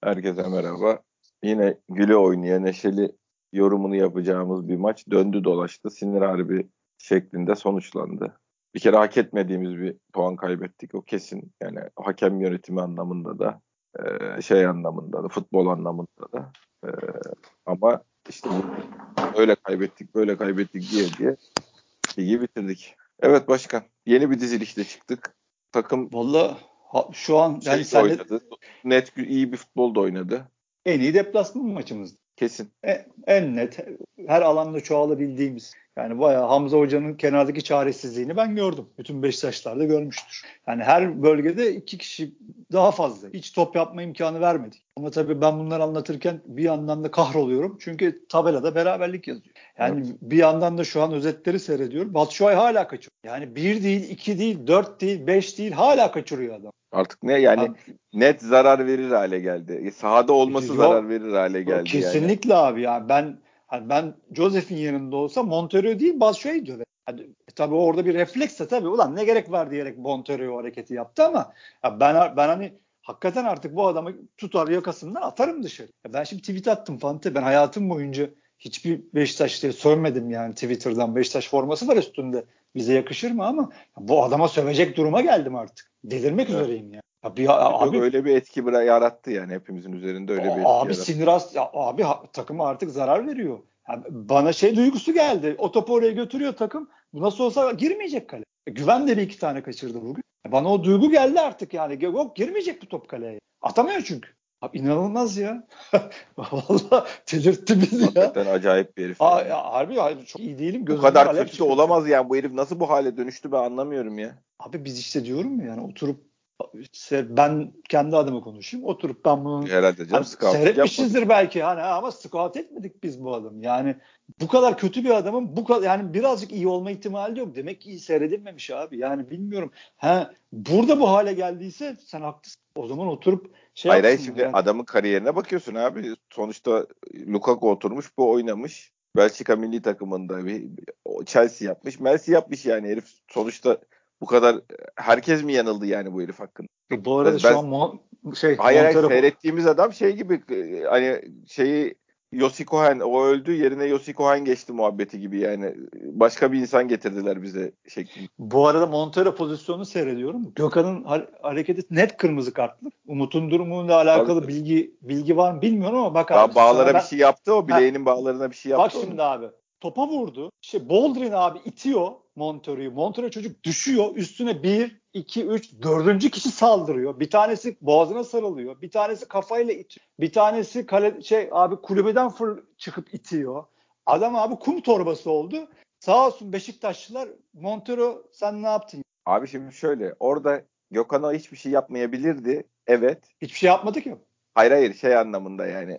Herkese merhaba. Yine güle oynaya neşeli yorumunu yapacağımız bir maç döndü dolaştı. Sinir harbi şeklinde sonuçlandı. Bir kere hak etmediğimiz bir puan kaybettik. O kesin. Yani hakem yönetimi anlamında da şey anlamında da futbol anlamında da. E, Ama işte öyle kaybettik böyle kaybettik diye ligi bitirdik. Evet başkan. Yeni bir dizilişle çıktık. Takım Vallahi şu an yani şey de oynadı. Net iyi bir futbol da oynadı. en iyi deplasman maçımızdı. Kesin. En net her alanda çoğalabildiğimiz. Yani bayağı Hamza Hoca'nın kenardaki çaresizliğini ben gördüm. Bütün Beşiktaşlar da görmüştür. Yani her bölgede 2 kişi daha fazla. Hiç top yapma imkanı vermedik. Ama tabii ben bunları anlatırken bir yandan da kahroluyorum. Çünkü tabelada beraberlik yazıyor. Yani Evet. bir yandan da şu an özetleri seyrediyorum. Batshuayi hala kaçırıyor. Yani 1 değil, 2 değil, 4 değil, 5 değil hala kaçırıyor adam. Artık ne yani Abi, net zarar verir hale geldi. Sahada olması zarar yok. verir hale geldi yani. Kesinlikle abi ya ben Joseph'in yanında olsa Montero değil Batshuayi döver. Tabii orada bir reflekse tabii ulan ne gerek var diyerek Montero o hareketi yaptı ama ya ben hani hakikaten artık bu adamı tutar yakasından atarım dışarı. Ya ben şimdi tweet attım Fante. Ben hayatım boyunca hiçbir Beşiktaşlı'ya sövmedim yani Twitter'dan. Beşiktaş forması var üstünde. Bize yakışır mı ama bu adama sövecek duruma geldim artık. Delirmek Evet. üzereyim ya. Çok Abi öyle bir etki yarattı yani hepimizin üzerinde öyle bir etki Abi yarattı. sinir hast ya abi takıma artık zarar veriyor. Yani bana şey duygusu geldi. O topu oraya götürüyor takım. Bu nasıl olsa girmeyecek kale. Güven de bir iki tane kaçırdı bugün. Bana o duygu geldi artık yani. Yok girmeyecek bu top kaleye. Atamıyor çünkü. Abi inanılmaz ya. Vallahi delirtti bizi ya. Hakikaten acayip bir herif yani. Harbi çok iyi değilim. Bu Gözümden kadar alev kötü de çıkıyor şu an. olamaz yani, bu herif nasıl bu hale dönüştü ben anlamıyorum ya. Abi biz işte diyorum ya yani oturup işte ben kendi adıma konuşayım. Oturup ben bunu Herhalde canım, hani scouting yapmadık. seyretmişizdir belki hani ama scout etmedik biz bu adamı. Yani bu kadar kötü bir adamın bu kadar yani birazcık iyi olma ihtimali yok. Demek ki iyi seyredilmemiş abi. Yani bilmiyorum. Burada bu hale geldiyse sen haklısın. O zaman oturup şey Hayır, yapsınlar şimdi yani. adamın kariyerine bakıyorsun abi. Sonuçta Lukaku oturmuş, bu oynamış. Belçika milli takımında Chelsea yapmış. Chelsea yapmış yani herif. Sonuçta bu kadar herkes mi yanıldı yani bu herif hakkında? Bu arada Ben şu an hayır, Montero seyrettiğimiz adam şey gibi, hani şeyi, Yossi Cohen o öldü, yerine Yossi Cohen geçti muhabbeti gibi yani. Başka bir insan getirdiler bize şeklinde. Bu arada Montero pozisyonunu seyrediyorum. Gökhan'ın hareketi net kırmızı kartlı. Umut'un durumuyla Tabii alakalı tabii. bilgi var mı bilmiyorum ama bak abi Daha sana bağlara bir ben şey yaptı, o ha, bileğinin bağlarına bir şey bak yaptı onun. şimdi abi topa vurdu. İşte Boldrin abi itiyor Montero'yu. Montero çocuk düşüyor. Üstüne 1, 2, 3, dördüncü kişi saldırıyor. Bir tanesi boğazına sarılıyor. Bir tanesi kafayla itiyor. Bir tanesi abi kulübeden çıkıp itiyor. Adam abi kum torbası oldu. Sağ olsun Beşiktaşlılar Montero sen ne yaptın? Abi şimdi şöyle, orada Gökhan'a hiçbir şey yapmayabilirdi. Evet. Hiçbir şey yapmadı ki. Hayır, şey anlamında yani.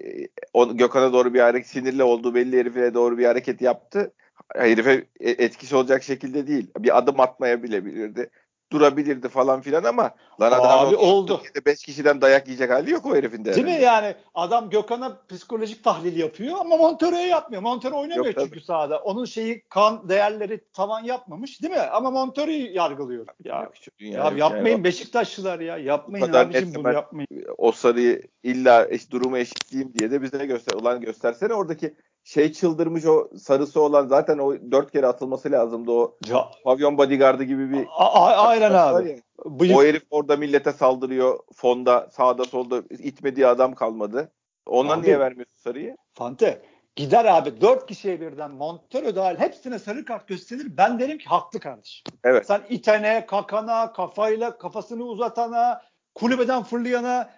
Gökhan'a doğru bir hareket, sinirli olduğu belli, herife doğru bir hareket yaptı. Herife etkisi olacak şekilde değil. Bir adım atmaya bilebilirdi. Durabilirdi falan filan ama lan adam Abi orada oldu. 5 kişiden dayak yiyecek hali yok o herifin de Değil mi herhalde. yani adam Gökhan'a psikolojik tahlil yapıyor ama Montero'ya yapmıyor. Montero Yok oynamıyor tabii. çünkü sahada. Onun kan değerleri tavan yapmamış değil mi? Ama Montero'yu yargılıyor. Ya Yok, şu dünya ya yok yani. yapmayın Beşiktaşlılar ya. Bu Yapmayın kadar abicim netse bunu ben yapmayın. o sarıyı illa durumu eşitleyeyim diye de bize göster. Ulan göstersene, oradaki şey çıldırmış, o sarısı olan zaten o 4 kere atılması lazımdı, o Ya, pavyon bodyguardı gibi bir aynen arkadaş var abi. ya. O Bıyık herif orada millete saldırıyor. Fonda sağda solda itmediği adam kalmadı. Ona niye abi vermiyorsun sarıyı? Fante gider abi 4 kişiye birden Montero dahil hepsine sarı kart gösterir. Ben derim ki haklı kardeşim. Evet. Sen itene, kakana, kafasını uzatana, kulübeden fırlayana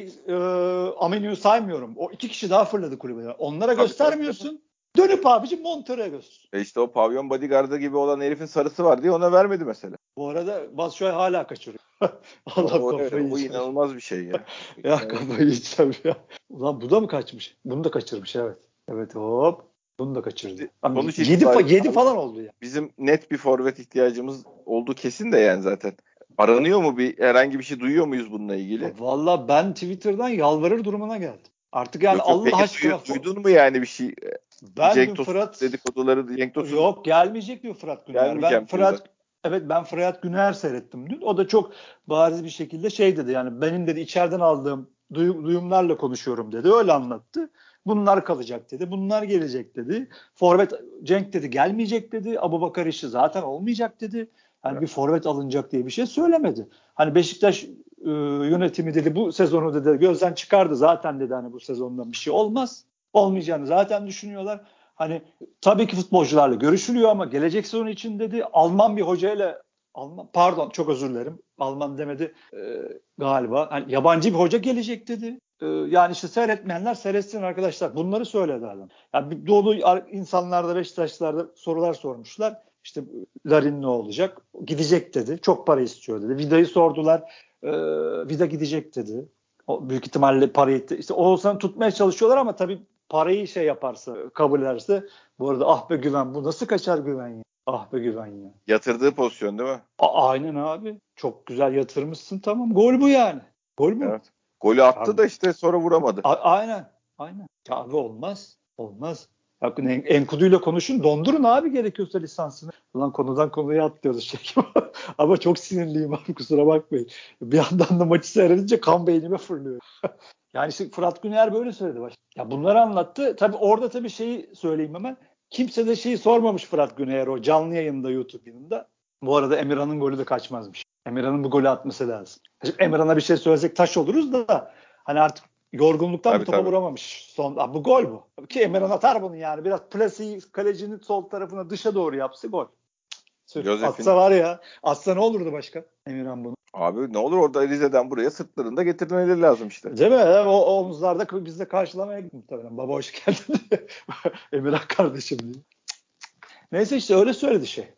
Aminu'yu saymıyorum. O 2 kişi daha fırladı kulübeden. Onlara Tabii canım. göstermiyorsun. Dönüp abicim Montero'ya göster. İşte o pavyon bodyguardı gibi olan herifin sarısı var diye ona vermedi mesela. Bu arada Batshuayi hala kaçırıyor. Allah Evet, kafayı o yiyeceğim. inanılmaz bir şey ya. Ya İnanılmaz. kafayı yiyeceğim ya. Ulan bu da mı kaçmış? Bunu da kaçırmış evet. Evet hop. Bunu da kaçırdı. Ama Sonuç 7 itibariyle abi, falan oldu ya. bizim net bir forvet ihtiyacımız olduğu kesin de yani zaten. Aranıyor mu, herhangi bir şey duyuyor muyuz bununla ilgili? Valla ben Twitter'dan yalvarır durumuna geldim. Artık yani Yok Allah peki, aşkına duydun mu yani bir şey? ben dün Cenk Tosun Fırat dedikoduları, Cenk Tosun yok gelmeyecek diyor Fırat Güner. gelmeyeceğim diyorlar. Ben Fırat Güner seyrettim dün. O da çok bariz bir şekilde şey dedi yani benim dedi içeriden aldığım duyumlarla konuşuyorum dedi. Öyle anlattı. Bunlar kalacak dedi. Bunlar gelecek dedi. Forvet Cenk dedi gelmeyecek dedi. Abubakar işi zaten olmayacak dedi. Hani bir forvet alınacak diye bir şey söylemedi. Hani Beşiktaş yönetimi dedi bu sezonu dedi gözden çıkardı zaten dedi hani bu sezondan bir şey olmaz. Olmayacağını zaten düşünüyorlar. Hani tabii ki futbolcularla görüşülüyor ama gelecek sezon için dedi Alman bir hocayla pardon çok özür dilerim. Alman demedi galiba. Hani yabancı bir hoca gelecek dedi. Yani işte seyretmeyenler seyretsin arkadaşlar. Bunları söyledi adam. Yani dolu insanlarda Beşiktaşlılarda sorular sormuşlar. İşte Larin ne olacak? Gidecek dedi. Çok para istiyor dedi. Vida'yı sordular. Vida gidecek dedi. O büyük ihtimalle parayı işte Oğuzhan'ı tutmaya çalışıyorlar ama tabii parayı şey yaparsa kabul ederse bu arada ah be Güven bu nasıl kaçar Güven ya? Ah be Güven ya. Yatırdığı pozisyon değil mi? Aynen abi. Çok güzel yatırmışsın tamam. Gol bu yani. Gol bu. Evet. Golü attı Abi, da işte sonra vuramadı. aynen. Aynen. Ya abi olmaz. Olmaz. Bakın Enkudu'yla konuşun. Dondurun abi gerekiyorsa lisansını. Ulan konudan konuya atlıyoruz şey. Ama çok sinirliyim abi kusura bakmayın. Bir yandan da maçı seyredince kan beynime fırlıyor. Yani işte Fırat Güner böyle söyledi başta. Ya bunları anlattı. Tabii orada tabii şeyi söyleyeyim hemen. Kimse de şeyi sormamış Fırat Güner o canlı yayında YouTube yayında. Bu arada Emirhan'ın golü de kaçmazmış. Emirhan'ın bu golü atması lazım. Şimdi Emirhan'a bir şey söylesek taş oluruz da hani artık yorgunluktan bu topa Tabii. vuramamış. Bu gol bu. Ki Emirhan atar bunu yani. Biraz plasiyi kalecinin sol tarafına dışa doğru yapsa gol. Joseph'in Atsa var ya. Atsa ne olurdu başka Emirhan bunu? abi ne olur orada Rize'den buraya sırtlarında getirmeleri lazım işte. Değil mi? O omuzlarda biz de karşılamaya gittik muhtemelen. Baba hoş geldin diye. Emirhan kardeşim diye. Neyse işte öyle söyledi şey.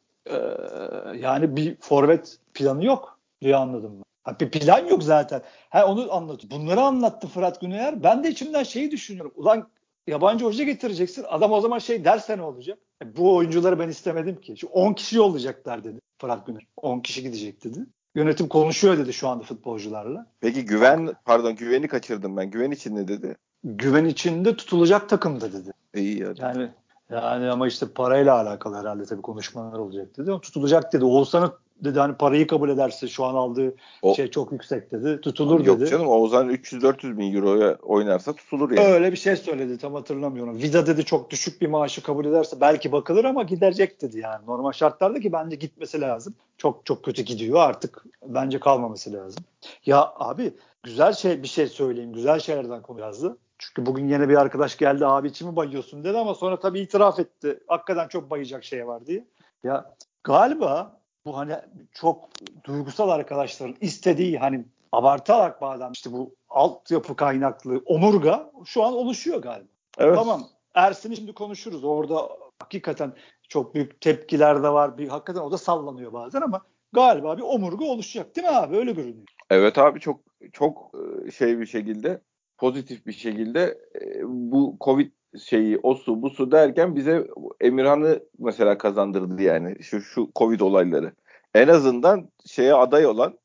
Yani bir forvet planı yok diye anladım ben. Bir plan yok zaten. Onu anlatıyor. Bunları anlattı Fırat Güneyer. Ben de içimden şeyi düşünüyorum. Ulan yabancı hoca getireceksin. Adam o zaman şey derse ne olacak? Bu oyuncuları ben istemedim ki. Şu 10 kişi yollayacaklar dedi Fırat Güneyer. 10 kişi gidecek dedi. Yönetim konuşuyor dedi şu anda futbolcularla. Peki Güven'i kaçırdım ben. Güven için ne dedi? Güven içinde tutulacak takımda dedi. İyi ya. Yani ama işte parayla alakalı herhalde tabii konuşmalar olacak dedi. O tutulacak dedi. Oğuzhan'ı dedi hani parayı kabul ederse şu an aldığı şey çok yüksek dedi. Tutulur Yok dedi. canım Oğuzhan 300-400 bin euroya oynarsa tutulur yani. Öyle bir şey söyledi tam hatırlamıyorum. Vida dedi çok düşük bir maaşı kabul ederse belki bakılır ama gidecek dedi yani. Normal şartlarda ki bence gitmesi lazım. Çok çok kötü gidiyor artık. Bence kalmaması lazım. Ya abi güzel bir şey söyleyeyim. Güzel şeylerden konu yazdı. Çünkü bugün yine bir arkadaş geldi abi içimi bayıyorsun dedi ama sonra tabii itiraf etti. Hakikaten çok bayacak şey var diye. Ya galiba bu hani çok duygusal arkadaşların istediği hani abartarak bazen işte bu altyapı kaynaklı omurga şu an oluşuyor galiba. Evet. Tamam Ersin'i şimdi konuşuruz. Orada hakikaten çok büyük tepkiler de var. Hakikaten o da sallanıyor bazen ama galiba bir omurga oluşacak değil mi abi? Öyle görünüyor. Evet abi çok çok şey bir şekilde pozitif bir şekilde bu Covid şeyi o su bu su derken bize Emirhan'ı mesela kazandırdı yani şu Covid olayları. En azından şeye aday olan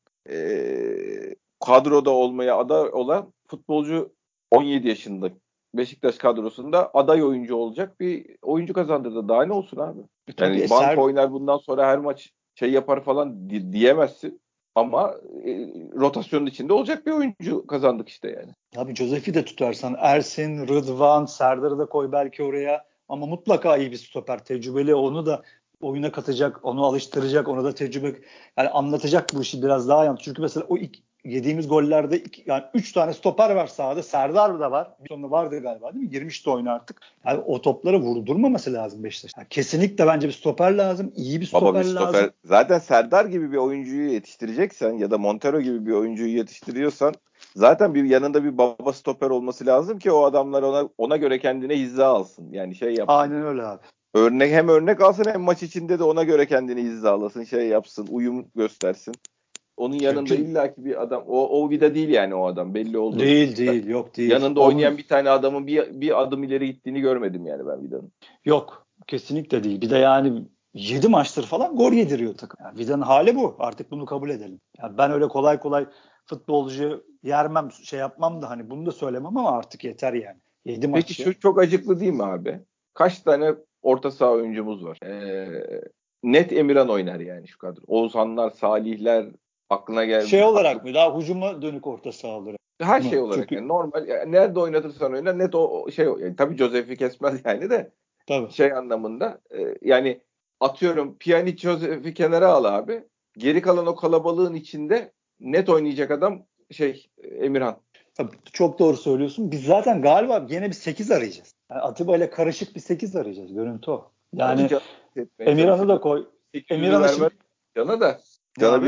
kadroda olmaya aday olan futbolcu 17 yaşında Beşiktaş kadrosunda aday oyuncu olacak bir oyuncu kazandırdı. Daha ne olsun abi? Tabii Yani banko oynar bundan sonra her maç şey yapar falan diyemezsin. Ama rotasyonun içinde olacak bir oyuncu kazandık işte yani. Tabii Josef'i de tutarsan Ersin, Rıdvan, Serdar'ı da koy belki oraya. Ama mutlaka iyi bir stoper. Tecrübeli onu da oyuna katacak, onu alıştıracak, ona da tecrübe yani anlatacak bu işi biraz daha yan. Çünkü mesela o yediğimiz gollerde yani 3 tane stoper var sahada. Serdar da var. Bir sonunda vardı galiba değil mi? Girmişti oyuna artık. Yani o topları vurdurmaması lazım Beşiktaş. Yani kesinlikle bence bir stoper lazım. İyi bir Baba bir stoper lazım. stoper. Zaten Serdar gibi bir oyuncuyu yetiştireceksen ya da Montero gibi bir oyuncuyu yetiştiriyorsan zaten bir yanında bir baba stoper olması lazım ki o adamlar ona göre kendine hizza alsın. Yani şey yapsın. Aynen öyle abi. Hem örnek alsın hem maç içinde de ona göre kendini hizalasın, şey yapsın, uyum göstersin. Onun yanında Çünkü illaki bir adam, o vida değil yani o adam belli oldu. değil yok değil. Yanında oynayan bir tane adamın bir adım ileri gittiğini görmedim yani ben Vida'nın. Yok. Kesinlikle değil. Bir de yani 7 maçtır falan gol yediriyor takım. Yani Vida'nın hali bu. Artık bunu kabul edelim. Yani ben öyle kolay kolay futbolcu yermem, şey yapmam da hani bunu da söylemem ama artık yeter yani. 7 Peki maç ya. şu çok acıklı değil mi abi? Kaç tane orta saha oyuncumuz var? Net Emirhan oynar yani şu kadro. Oğuzhanlar, Salihler aklına gel. Şey olarak mı? Daha hücuma dönük orta saha olarak. Her Değil mi? şey olarak Çünkü yani normal yani nerede oynatırsan oyna net o şey yani, tabii Josef'i kesmez yani de tabii. şey anlamında yani atıyorum Pjanic Josef'i kenara al abi. Geri kalan o kalabalığın içinde net oynayacak adam Emirhan. Tabii, çok doğru söylüyorsun. Biz zaten galiba yine bir 8 arayacağız. Yani Atiba ile karışık bir 8 arayacağız. Görüntü o. Tabii Yani canı etmeye Emirhan'ı da çalışırlar. koy. 800'ü Emirhan'ı vermez şimdi cana da. ne Cana abi?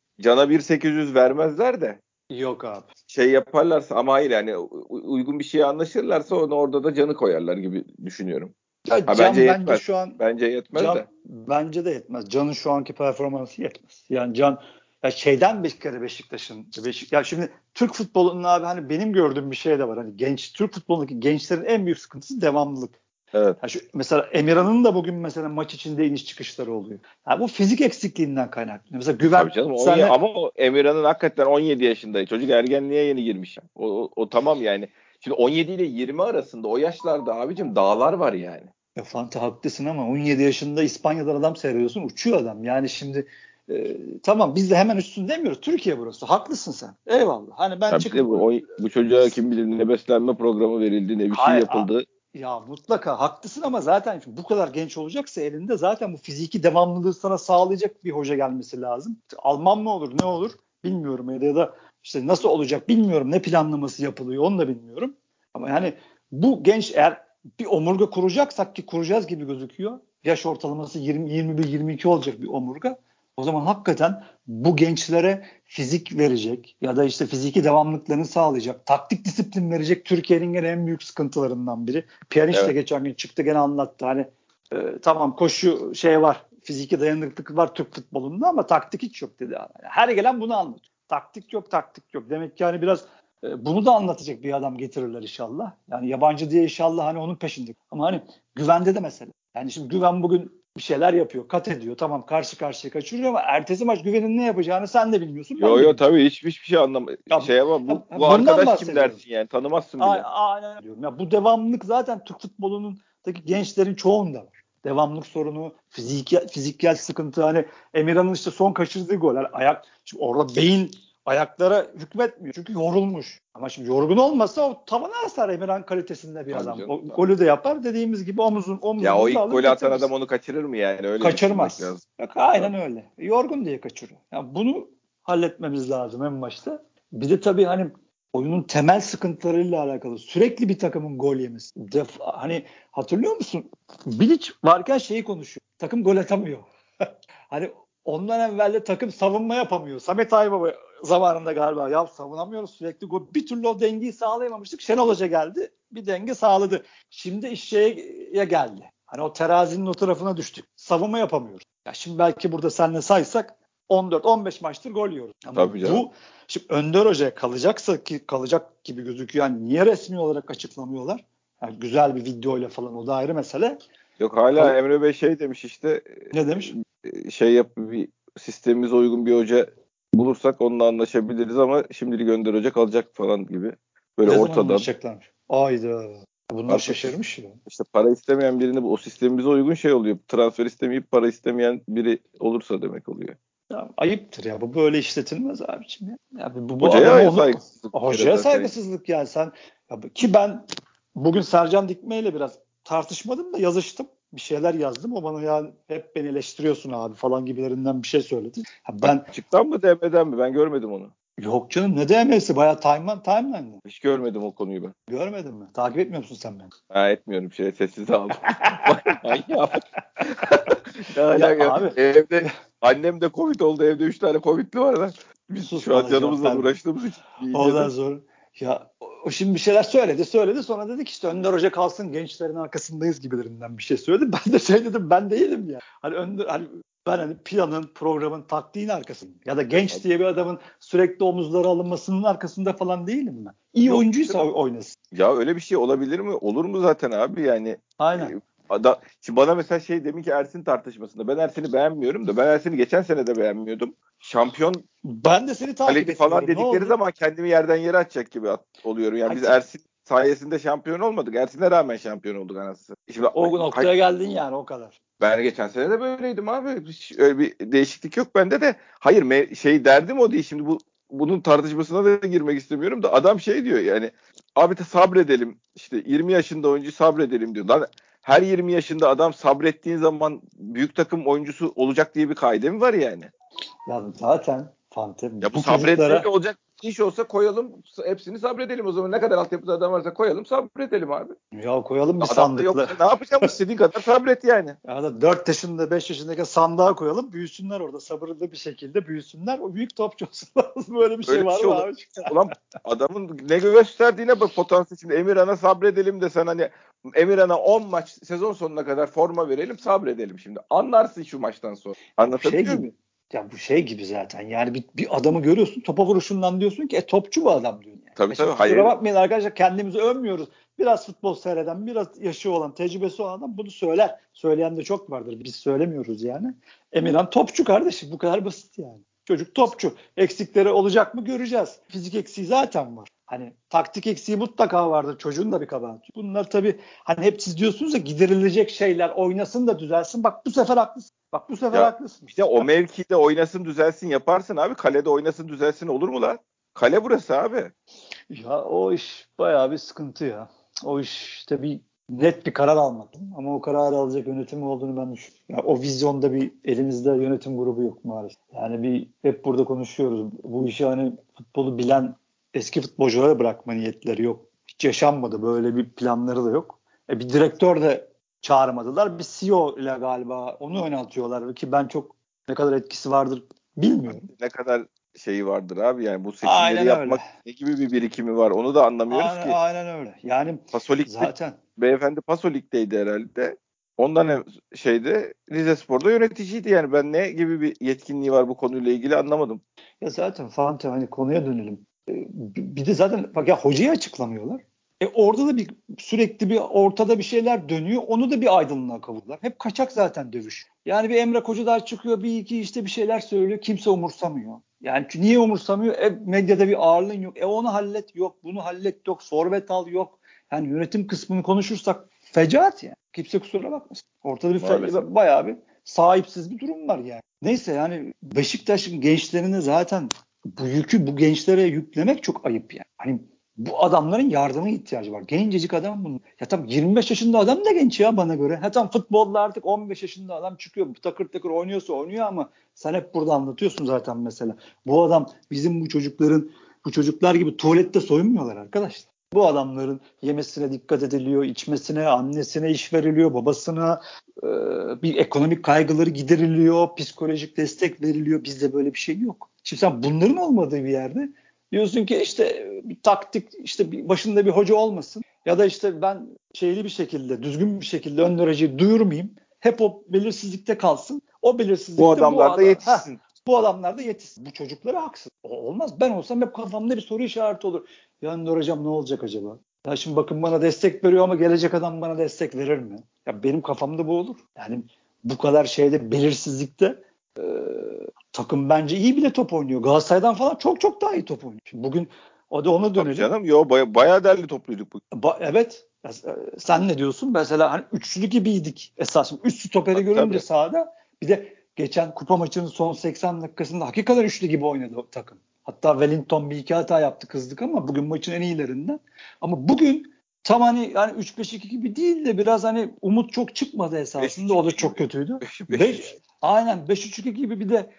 1.800 vermezler de. Yok abi. Şey yaparlarsa ama hayır yani uygun bir şeye anlaşırlarsa onu orada da canı koyarlar gibi düşünüyorum. Ya Ha bence Can bence yetmez. şu an Bence yetmez Can de. bence de yetmez. Can'ın şu anki performansı yetmez. Yani Can ya şeyden bir kere Beşiktaş'ın ya şimdi Türk futbolunun abi hani benim gördüğüm bir şey de var. Hani Türk futbolundaki gençlerin en büyük sıkıntısı devamlılık. Evet. Ya şu, mesela Emirhan'ın da bugün mesela maç içinde iniş çıkışları oluyor. Yani bu fizik eksikliğinden kaynaklı. Mesela Tabii Güven canım senle ama o Emirhan'ın hakikaten 17 yaşında. Çocuk ergenliğe yeni girmiş. O tamam yani. Şimdi 17 ile 20 arasında o yaşlarda abicim dağlar var yani. ya Fanta haklısın ama 17 yaşında İspanya'dan adam seyrediyorsun uçuyor adam. Yani şimdi tamam biz de hemen üstün demiyoruz. Türkiye burası. Haklısın sen. Eyvallah. Hani ben Ya bir de çıkıp bu çocuğa kim bilir ne beslenme programı verildi ne bir şey hayır, yapıldı. ya mutlaka haklısın ama zaten bu kadar genç olacaksa elinde zaten bu fiziki devamlılığı sana sağlayacak bir hoca gelmesi lazım. Alman mı olur ne olur bilmiyorum ya da işte nasıl olacak bilmiyorum. Ne planlaması yapılıyor onu da bilmiyorum. Ama yani bu genç eğer bir omurga kuracaksak ki kuracağız gibi gözüküyor. Yaş ortalaması 20, 21-22 olacak bir omurga. O zaman hakikaten bu gençlere fizik verecek ya da işte fiziki devamlılıklarını sağlayacak, taktik disiplin verecek Türkiye'nin gene en büyük sıkıntılarından biri. Pjanic de Evet. geçen gün çıktı gene anlattı. Hani tamam koşu şey var, fiziki dayanıklılık var Türk futbolunda ama taktik hiç yok dedi. Yani her gelen bunu anlatıyor. Taktik yok, taktik yok. Demek ki hani biraz bunu da anlatacak bir adam getirirler inşallah. Yani yabancı diye inşallah hani onun peşinde. Ama hani Güven'de de mesela. Yani şimdi Güven bugün bir şeyler yapıyor, kat ediyor. Tamam karşı karşıya kaçırıyor ama ertesi maç Güven'in ne yapacağını sen de bilmiyorsun, ben de Yo bilmiyorum. tabii hiçbir şey Ya, ama bu bundan arkadaş kim bahsediyorum. dersin yani tanımazsın bile. Aynen diyorum. Ya bu devamlılık zaten Türk futbolundaki gençlerin çoğunda var. Devamlılık sorunu, fiziksel sıkıntı. Hani Emirhan'ın işte son kaçırdığı gol. Yani şimdi orada beyin ayaklara hükmetmiyor. Çünkü yorulmuş. Ama şimdi yorgun olmasa o tavana asar Emirhan kalitesinde bir Tabii adam. canım O tabii. golü de yapar. Dediğimiz gibi Ya o omuzunu da ilk alır golü atan getirir. adam onu kaçırır mı yani öyle düşünmek Kaçırmaz. lazım. Yok, aynen Tabii. öyle. Yorgun diye kaçırıyor. Yani bunu halletmemiz lazım en başta. Bir de tabii hani oyunun temel sıkıntılarıyla alakalı sürekli bir takımın gol yemesi. Hani hatırlıyor musun? Bilic varken şeyi konuşuyor. Takım gol atamıyor. Hani ondan evvel de takım savunma yapamıyor. Samet Aybaba zamanında galiba ya savunamıyoruz sürekli gol. Bir türlü o dengeyi sağlayamamıştık. Şenol Hoca geldi. Bir denge sağladı. Şimdi iş şeye geldi. Hani o terazinin o tarafına düştük. Savunma yapamıyoruz. Ya şimdi belki burada seninle saysak 14-15 maçtır gol yiyoruz. Ama Tabii canım. bu şimdi Önder Hoca kalacaksa ki kalacak gibi gözüküyor. Yani niye resmi olarak açıklamıyorlar? Yani güzel bir videoyla falan o da ayrı mesele. Yok hala Emre Bey şey demiş işte Ne demiş? bir sistemimize uygun bir hoca bulursak onunla anlaşabiliriz ama şimdilik Önder Hoca kalacak falan gibi. Böyle Ne zaman ortadan anlaşacaklarmış? Ayda. Bunlar artık şaşırmış ya. işte para istemeyen birini o sistemimize uygun şey oluyor. Transfer istemeyip para istemeyen biri olursa demek oluyor. Ya, ayıptır ya. Bu böyle işletilmez abiciğim ya. Ya bu adamı Hocaya onu saygısızlık bir kere hocaya zaten. saygısızlık yani sen ki ben bugün Sercan Dikme ile biraz tartışmadım da yazıştım. Bir şeyler yazdım. O bana ya hep beni eleştiriyorsun abi falan gibilerinden bir şey söyledi. Ha, ben Açıktan mı demeden mi? Ben görmedim onu. yok canım ne DM'si bayağı timeline'da. Hiç görmedim o konuyu ben. Görmedin mi? Takip etmiyor musun sen beni? Ha, etmiyorum sessiz aldım. Manyak. Ne Ya alaka? abi Evde annem de Covid oldu. Evde 3 tane Covid'li var da. Biz sus şu an bana cevap canımızla verme. uğraştığımız için iyice Ondan de. sonra ya o şimdi bir şeyler söyledi sonra dedik işte Önder Hoca kalsın gençlerin arkasındayız gibilerinden bir şey söyledi. Ben de şey dedim ben değilim ya. Hani ben hani planın, programın, taktiğin arkasındayım. Ya da genç diye bir adamın sürekli omuzları alınmasının arkasında falan değilim ben. İyi Yok oyuncuysa canım. oynasın. Ya öyle bir şey olabilir mi? Olur mu zaten abi yani? Aynen. Şimdi bana mesela demin ki Ersin tartışmasında ben Ersin'i beğenmiyorum da ben Ersin'i geçen sene de beğenmiyordum. Şampiyon Ben de seni takip kaleci falan etmiyorum. Ne dedikleri oldu? zaman kendimi yerden yere atacak gibi oluyorum. Yani biz Hadi. Ersin sayesinde şampiyon olmadık. Ersin'e rağmen şampiyon olduk anasını. Şimdi O noktaya geldin yani o kadar. ben geçen sene de böyleydim abi. Hiç öyle bir değişiklik yok bende de. Hayır derdim o değil. Şimdi bu bunun tartışmasına da girmek istemiyorum da adam şey diyor yani abi sabredelim işte 20 yaşında oyuncu sabredelim diyor. Lan her 20 yaşında adam sabrettiğin zaman büyük takım oyuncusu olacak diye bir kaide mi var yani? Ya zaten Fante Ya bu bu sabretmek çocuklara olacak iş olsa koyalım hepsini sabredelim o zaman ne kadar altyapıda adam varsa koyalım sabredelim abi. ya koyalım bir Adam da sandıkla. yoksa ne yapacağım istediğin kadar sabret yani. Ya da 4 yaşında 5 yaşındaki sandığa koyalım büyüsünler orada sabırlı bir şekilde büyüsünler o büyük topçu olsunlar. Böyle bir Öyle şey bir var şey mı olur. abi? Ulan adamın ne gösterdiğine bak potansiyel. Şimdi Emirhan'a sabredelim de sen hani Emirhan'a 10 maç sezon sonuna kadar forma verelim sabredelim şimdi. Anlarsın şu maçtan sonra. Ya bu şey Anlatabiliyor muyum? gibi. Ya bu şey gibi zaten. Yani bir adamı görüyorsun topa vuruşundan diyorsun ki topçu bu adam diyorsun yani. Tabii Şimdi tabii kusura hayır. bakmayın arkadaşlar kendimizi övmüyoruz. Biraz futbol seyreden, biraz yaşı olan, tecrübesi olan adam bunu söyler. Söyleyen de çok vardır. Biz söylemiyoruz yani. Emirhan topçu kardeşim. Bu kadar basit yani. Çocuk topçu. Eksikleri olacak mı göreceğiz. Fizik eksiği zaten var. Hani taktik eksiği mutlaka vardır. Çocuğun da bir kabahati. Bunlar tabii hani hep siz diyorsunuz ya giderilecek şeyler oynasın da düzelsin. Bak bu sefer haklısın. Bak bu sefer Ya haklısın. işte o mevkide oynasın düzelsin yaparsın abi. Kalede oynasın düzelsin olur mu lan? Kale burası abi. Ya o iş bayağı bir sıkıntı ya. O iş işte bir net bir karar almak. Ama o kararı alacak yönetim olduğunu ben düşünüyorum. Ya o vizyonda bir elimizde yönetim grubu yok maalesef. Yani bir hep burada konuşuyoruz. Bu işi hani futbolu bilen eski futbolculara bırakma niyetleri yok. Hiç yaşanmadı. Böyle bir planları da yok. Bir direktör de çağırmadılar. Bir CEO ile galiba onu oynatıyorlar ki ben çok ne kadar etkisi vardır bilmiyorum. Ne kadar şeyi vardır abi yani bu seçimleri Aynen öyle. yapmak ne gibi bir birikimi var onu da anlamıyoruz Aynen, ki. aynen öyle. Yani Pasolik'te zaten beyefendi Pasolik'teydi herhalde. Ondan şeyde Rizespor'da yöneticiydi yani ben ne gibi bir yetkinliği var bu konuyla ilgili anlamadım. ya zaten Fatih hani konuya dönelim. Bir de zaten bak ya hocayı açıklamıyorlar. Orada da bir sürekli bir ortada bir şeyler dönüyor. Onu da bir aydınlığa kavurdular. Hep kaçak zaten dövüş. Yani bir Emre Kocadağ çıkıyor bir iki işte bir şeyler söylüyor. Kimse umursamıyor. Yani niye umursamıyor? Medyada bir ağırlığın yok. Onu hallet yok. Bunu hallet yok. Forvet al yok. Yani yönetim kısmını konuşursak fecaat yani. Kimse kusura bakmasın. Ortada bir Maalesef. bayağı bir sahipsiz bir durum var yani. Neyse yani Beşiktaş'ın gençlerine zaten bu yükü bu gençlere yüklemek çok ayıp yani. Hani bu adamların yardıma ihtiyacı var. Gencecik adam bunun. Ya tam 25 yaşında adam da genç ya bana göre. Ha tam futbolda artık 15 yaşında adam çıkıyor. Takır takır oynuyorsa oynuyor ama sen hep burada anlatıyorsun zaten mesela. Bu adam bizim bu çocuklar gibi tuvalette soyunmuyorlar arkadaşlar. Bu adamların yemesine dikkat ediliyor, içmesine, annesine iş veriliyor, babasına e, bir ekonomik kaygıları gideriliyor, psikolojik destek veriliyor. Bizde böyle bir şey yok. Şimdi sen bunların olmadığı bir yerde diyorsun ki işte bir taktik işte başında bir hoca olmasın ya da işte ben şeyli bir şekilde düzgün bir şekilde ön dereceye duyurmayayım. Hep o belirsizlikte kalsın. O Bu belirsizlikte adamlar da yetişsin. bu adamlar da yetişsin. Bu çocuklara haksız. Olmaz. Ben olsam hep kafamda bir soru işareti olur. Ya Önder hocam ne olacak acaba? Ya şimdi bakın bana destek veriyor ama gelecek adam bana destek verir mi? Ya benim kafamda bu olur. Yani bu kadar şeyde belirsizlikte e, takım bence iyi bile top oynuyor. Galatasaray'dan falan çok çok daha iyi top oynuyor. Şimdi bugün o da ona Tabii dönelim. canım yo bayağı derli topluyduk bu. Evet. Sen ne diyorsun? Mesela hani üçlü gibiydik esasında. Üç stoperi Tabii görünce tabii. sahada bir de geçen kupa maçının son 80 dakikasında hakikaten üçlü gibi oynadı o takım. Hatta Wellington bir iki hata yaptı kızdık ama bugün maçın en iyilerinden. Ama bugün tam hani yani 3-5-2 gibi değil de biraz hani umut çok çıkmadı esasında. O da 5-3-2 çok gibi. kötüydü. 5-3. Aynen 5-3-2 gibi bir de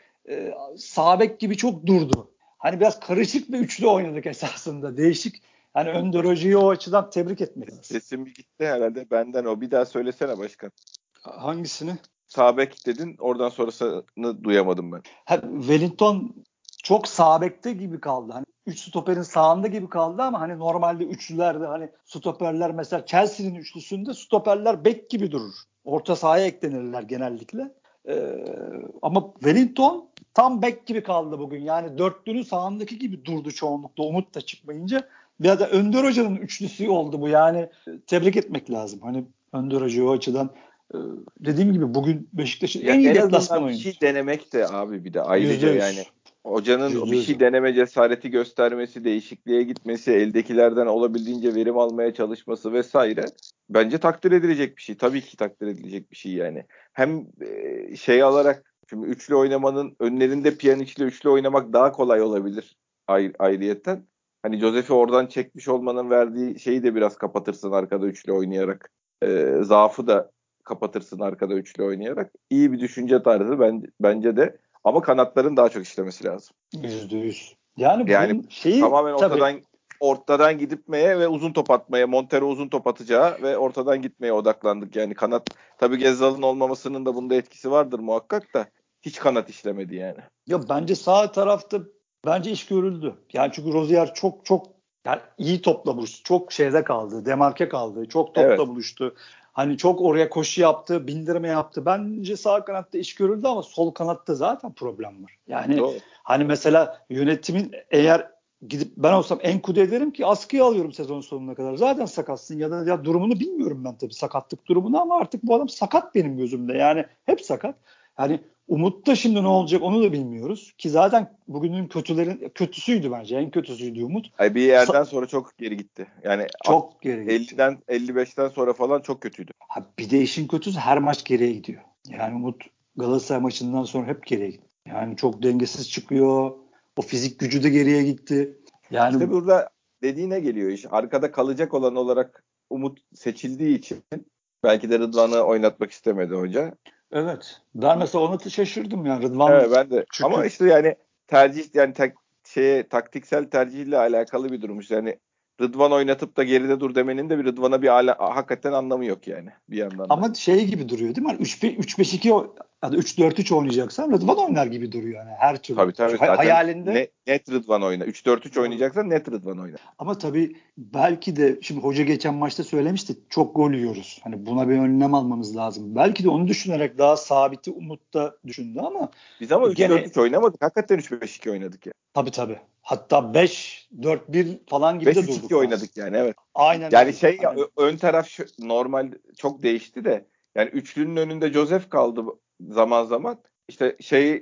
sağ bek gibi çok durdu. Hani biraz karışık bir üçlü oynadık esasında. Değişik. Hani Önder Hoca'yı o açıdan tebrik etmek lazım. Sesim bir gitti herhalde benden o. Bir daha söylesene başkan. Hangisini? Sağ bek dedin oradan sonrasını duyamadım ben. Wellington çok sağ bekte gibi kaldı. Hani 3 stoperin sağında gibi kaldı ama hani normalde üçlülerde hani stoperler mesela Chelsea'nin üçlüsünde stoperler bek gibi durur. Orta sahaya eklenirler genellikle. Ama Wellington tam bek gibi kaldı bugün. Yani dörtlünün sağındaki gibi durdu çoğunlukla Umut da çıkmayınca. Ya da Önder Hoca'nın üçlüsü oldu bu. Yani tebrik etmek lazım. Hani Önder Hoca'yı o açıdan dediğim gibi bugün Beşiktaş'ın Ya en iyi en deplasman azından bir oyunu. şey denemek de abi bir de Yüzde ayrıca yani yüz. hocanın Yüzde bir yüz. şey deneme cesareti göstermesi, değişikliğe gitmesi, eldekilerden olabildiğince verim almaya çalışması vesaire bence takdir edilecek bir şey. Tabii ki takdir edilecek bir şey yani. Hem şey alarak şimdi üçlü oynamanın önlerinde Pjanic'le üçlü oynamak daha kolay olabilir. ayrıyetten. Hani Josef'i oradan çekmiş olmanın verdiği şeyi de biraz kapatırsın arkada üçlü oynayarak. Zaafı da kapatırsın arkada üçlü oynayarak. İyi bir düşünce tarzı bence de. Ama kanatların daha çok işlemesi lazım. %100. Yani Yani bunun şeyi tamamen tabii ortadan gitmeye ve uzun top atmaya, Montero uzun top atacağı ve ortadan gitmeye odaklandık. Yani kanat, tabii Gezzal'ın olmamasının da bunda etkisi vardır muhakkak da hiç kanat işlemedi yani. ya bence sağ tarafta bence iş görüldü. Yani çünkü Rozier çok yani iyi topla buluştu. Çok şeyde kaldı. Demarke kaldı. Çok topla Evet. buluştu. Hani çok oraya koşu yaptı, bindirme yaptı. Bence sağ kanatta iş görüldü ama sol kanatta zaten problem var. Yani Doğru. hani mesela yönetimin eğer gidip ben olsam Enkudu'ya derim ki askıya alıyorum sezon sonuna kadar. Zaten sakatsın ya durumunu bilmiyorum ben tabii sakatlık durumunu ama artık bu adam sakat benim gözümde. Yani hep sakat. Yani Umut'ta şimdi ne olacak onu da bilmiyoruz. Ki zaten bugünün kötüsüydü bence. En kötüsüydü Umut. Ay, bir yerden sonra çok geri gitti. Yani Çok geri gitti. 50'den 55'ten sonra falan çok kötüydü. Bir de işin kötüsü her maç geriye gidiyor. Yani Umut Galatasaray maçından sonra hep geriye gitti. Yani çok dengesiz çıkıyor. O fizik gücü de geriye gitti. İşte Yani burada dediğine geliyor iş. Arkada kalacak olan olarak Umut seçildiği için belki de Rıdvan'ı oynatmak istemedi hoca. evet. Ben mesela ona da şaşırdım ya. Rıdvan Evet, ben de. Ama çünkü işte yani tercih, yani taktiksel tercihle alakalı bir durmuş. Yani Rıdvan oynatıp da geride dur demenin de bir Rıdvan'a hakikaten anlamı yok yani bir yandan da. ama şey gibi duruyor değil mi? Hani 3-5-2 ya da 3-4-3 oynayacaksan Rıdvan oynar gibi duruyor yani her türlü. Tabii tabii, Şu zaten hayalinde net Rıdvan oyna. 3-4-3 tabii. oynayacaksan net Rıdvan oyna. Ama tabii belki de şimdi hoca geçen maçta söylemişti çok gol yiyoruz. Hani buna bir önlem almamız lazım. Belki de onu düşünerek daha sabiti Umut da düşündü ama Biz ama gene 3-4-3 oynamadık. Hakikaten 3-5-2 oynadık ya. tabii. Hatta 5-4-1 falan gibi de 5-3-2 durduk bazı. oynadık yani, evet. Aynen Yani öyle. Aynen. ön taraf normal çok değişti de yani üçlünün önünde Joseph kaldı zaman zaman. İşte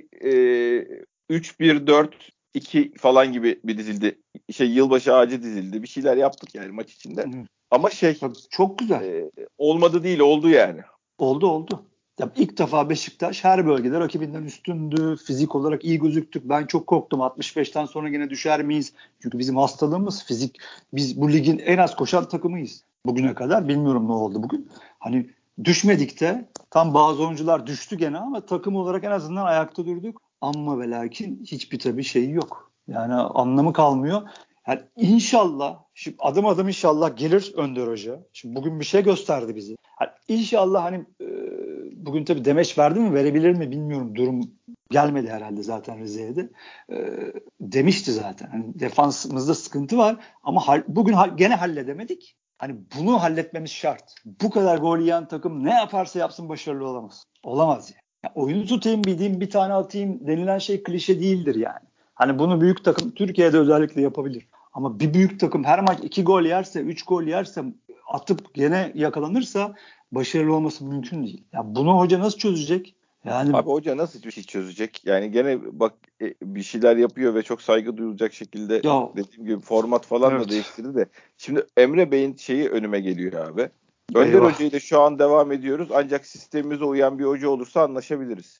3-1-4-2 falan gibi bir dizildi. Yılbaşı ağacı dizildi. Bir şeyler yaptık yani maç içinde. Hı. Ama Tabii, çok güzel. olmadı değil, oldu yani. Oldu. Ya ilk defa Beşiktaş her bölgede rakibinden üstündü. Fizik olarak iyi gözüktük. Ben çok korktum. 65'ten sonra yine düşer miyiz? Çünkü bizim hastalığımız fizik. Biz bu ligin en az koşan takımıyız. Bugüne kadar bilmiyorum ne oldu bugün. Hani düşmedik de tam bazı oyuncular düştü gene ama takım olarak en azından ayakta durduk. Ama ve lakin hiçbir tabii şeyi yok. Yani anlamı kalmıyor. Yani inşallah şimdi adım adım inşallah gelir Önder Hoca. Şimdi bugün bir şey gösterdi bize. Yani İnşallah hani bugün tabii demeç verdi mi verebilir mi bilmiyorum. Durum gelmedi herhalde zaten Rize'ye de. Demişti zaten. Hani defansımızda sıkıntı var ama bugün gene halledemedik. Hani bunu halletmemiz şart. Bu kadar gol yiyen takım ne yaparsa yapsın başarılı olamaz. Olamaz yani. Oyunu tutayım bildiğim bir tane atayım denilen şey klişe değildir yani. Hani bunu büyük takım Türkiye'de özellikle yapabilir. Ama bir büyük takım her maç 2 gol yerse 3 gol yerse atıp gene yakalanırsa başarılı olması mümkün değil. Ya bunu hoca nasıl çözecek? Yani Abi hoca nasıl bir şey çözecek? Yani gene bak, bir şeyler yapıyor ve çok saygı duyulacak şekilde, ya dediğim gibi format falan da evet. değiştirdi de. Şimdi Emre Bey'in şeyi önüme geliyor abi. Önder Eyvah. Hoca ile şu an devam ediyoruz ancak sistemimize uyan bir hoca olursa anlaşabiliriz.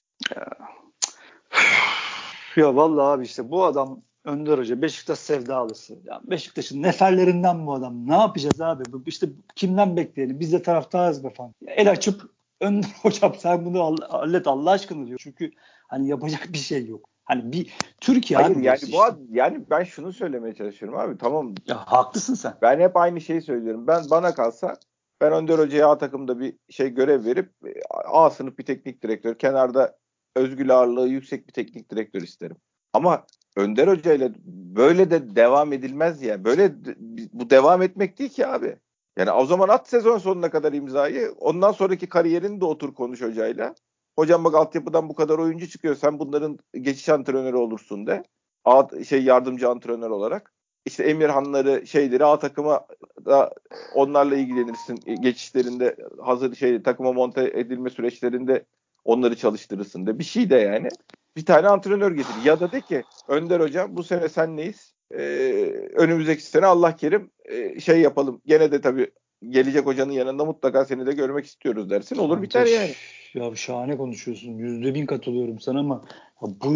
Ya vallahi abi işte bu adam Önder Hoca Beşiktaş sevdalısı. Ya Beşiktaş'ın neferlerinden bu adam. Ne yapacağız abi? İşte kimden bekleyelim? Biz de taraftarız be falan. El açıp Önder Hocam sen bunu hallet Allah aşkına diyor. Çünkü hani yapacak bir şey yok. Hani bir Türkiye Hayır abi burası yani işte. yani ben şunu söylemeye çalışıyorum abi. Tamam, Ya haklısın sen. ben hep aynı şeyi söylüyorum. Bana kalsa ben Önder Hoca'ya A takımda bir görev verip A sınıf bir teknik direktör, kenarda özgür ağırlığı yüksek bir teknik direktör isterim. Ama Önder Hoca ile böyle de devam edilmez ya. Bu devam etmek değil ki abi. Yani o zaman at sezon sonuna kadar imzayı. Ondan sonraki kariyerini de otur konuş hocayla. Hocam bak, altyapıdan bu kadar oyuncu çıkıyor. Sen bunların geçiş antrenörü olursun de. Yardımcı antrenör olarak. İşte Emirhanları A takıma da onlarla ilgilenirsin. Geçişlerinde hazır takıma monte edilme süreçlerinde onları çalıştırırsın de. Bir şey de yani. Bir tane antrenör getir. Ya da de ki Önder hocam bu sene senleyiz. Önümüzdeki sene Allah kerim yapalım. Gene de tabii gelecek hocanın yanında mutlaka seni de görmek istiyoruz dersin. Olur biter Kanka yani. ya şahane konuşuyorsun. %1000 katılıyorum sana ama ya bu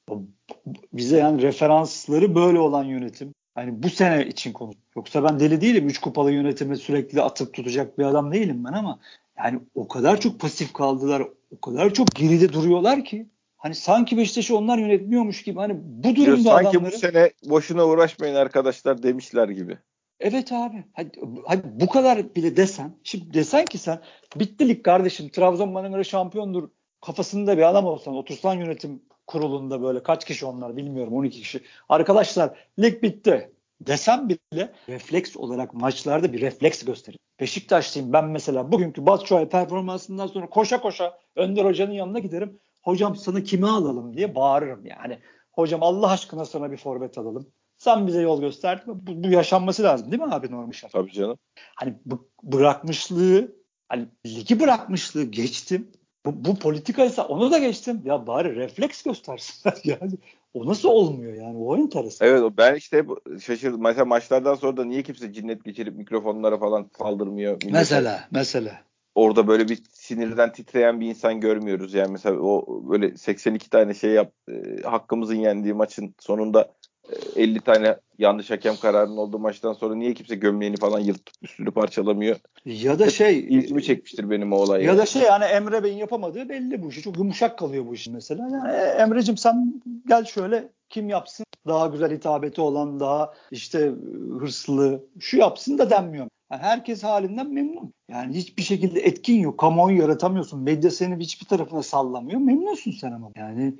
Bize yani referansları böyle olan yönetim. Yani bu sene için konu. Yoksa ben deli değilim. 3 kupalı yönetimi sürekli atıp tutacak bir adam değilim ben ama yani o kadar çok pasif kaldılar. O kadar çok geride duruyorlar ki hani sanki Beşiktaş'ı onlar yönetmiyormuş gibi. Hani bu Diyor, durumda sanki bu adamları sene boşuna uğraşmayın arkadaşlar demişler gibi. evet abi. Hadi bu kadar bile desen. Şimdi desen ki sen bitti lig kardeşim. Trabzon bana göre şampiyondur. Kafasında bir adam olsan otursan yönetim kurulunda böyle kaç kişi onlar bilmiyorum 12 kişi. Arkadaşlar lig bitti desem bile refleks olarak maçlarda bir refleks gösterir. Beşiktaşlıyım ben mesela bugünkü Batshuayi performansından sonra koşa koşa Önder Hoca'nın yanına giderim. Hocam sana kimi alalım diye bağırırım yani. Hocam Allah aşkına sana bir forvet alalım. Sen bize yol gösterdin. Bu yaşanması lazım değil mi abi normal şart? Tabii canım. Hani bırakmışlığı hani ligi bırakmışlığı geçtim. Bu politikaysa onu da geçtim. Ya bari refleks göstersinler yani. O nasıl olmuyor yani? O enteresan. Evet, ben işte şaşırdım. Mesela maçlardan sonra da niye kimse cinnet geçirip mikrofonlara falan saldırmıyor millete? Mesela. Orada böyle bir sinirden titreyen bir insan görmüyoruz. Yani mesela o böyle 82 tane şey hakkımızın yendiği maçın sonunda 50 tane yanlış hakem kararının olduğu maçtan sonra niye kimse gömleğini falan yırtıp üstünü parçalamıyor? Ya da Hep ilgimi çekmiştir benim o olay ya da yani. yani Emre Bey'in yapamadığı belli bu işi. Çok yumuşak kalıyor bu işin mesela. Yani Emre'cim sen gel şöyle kim yapsın? Daha güzel hitabeti olan, daha işte hırslı, şu yapsın da denmiyor. Yani herkes halinden memnun. Yani hiçbir şekilde etkin yok. Kamuoyu yaratamıyorsun. Medya seni hiçbir tarafına sallamıyor. Memnunsun sen ama. Yani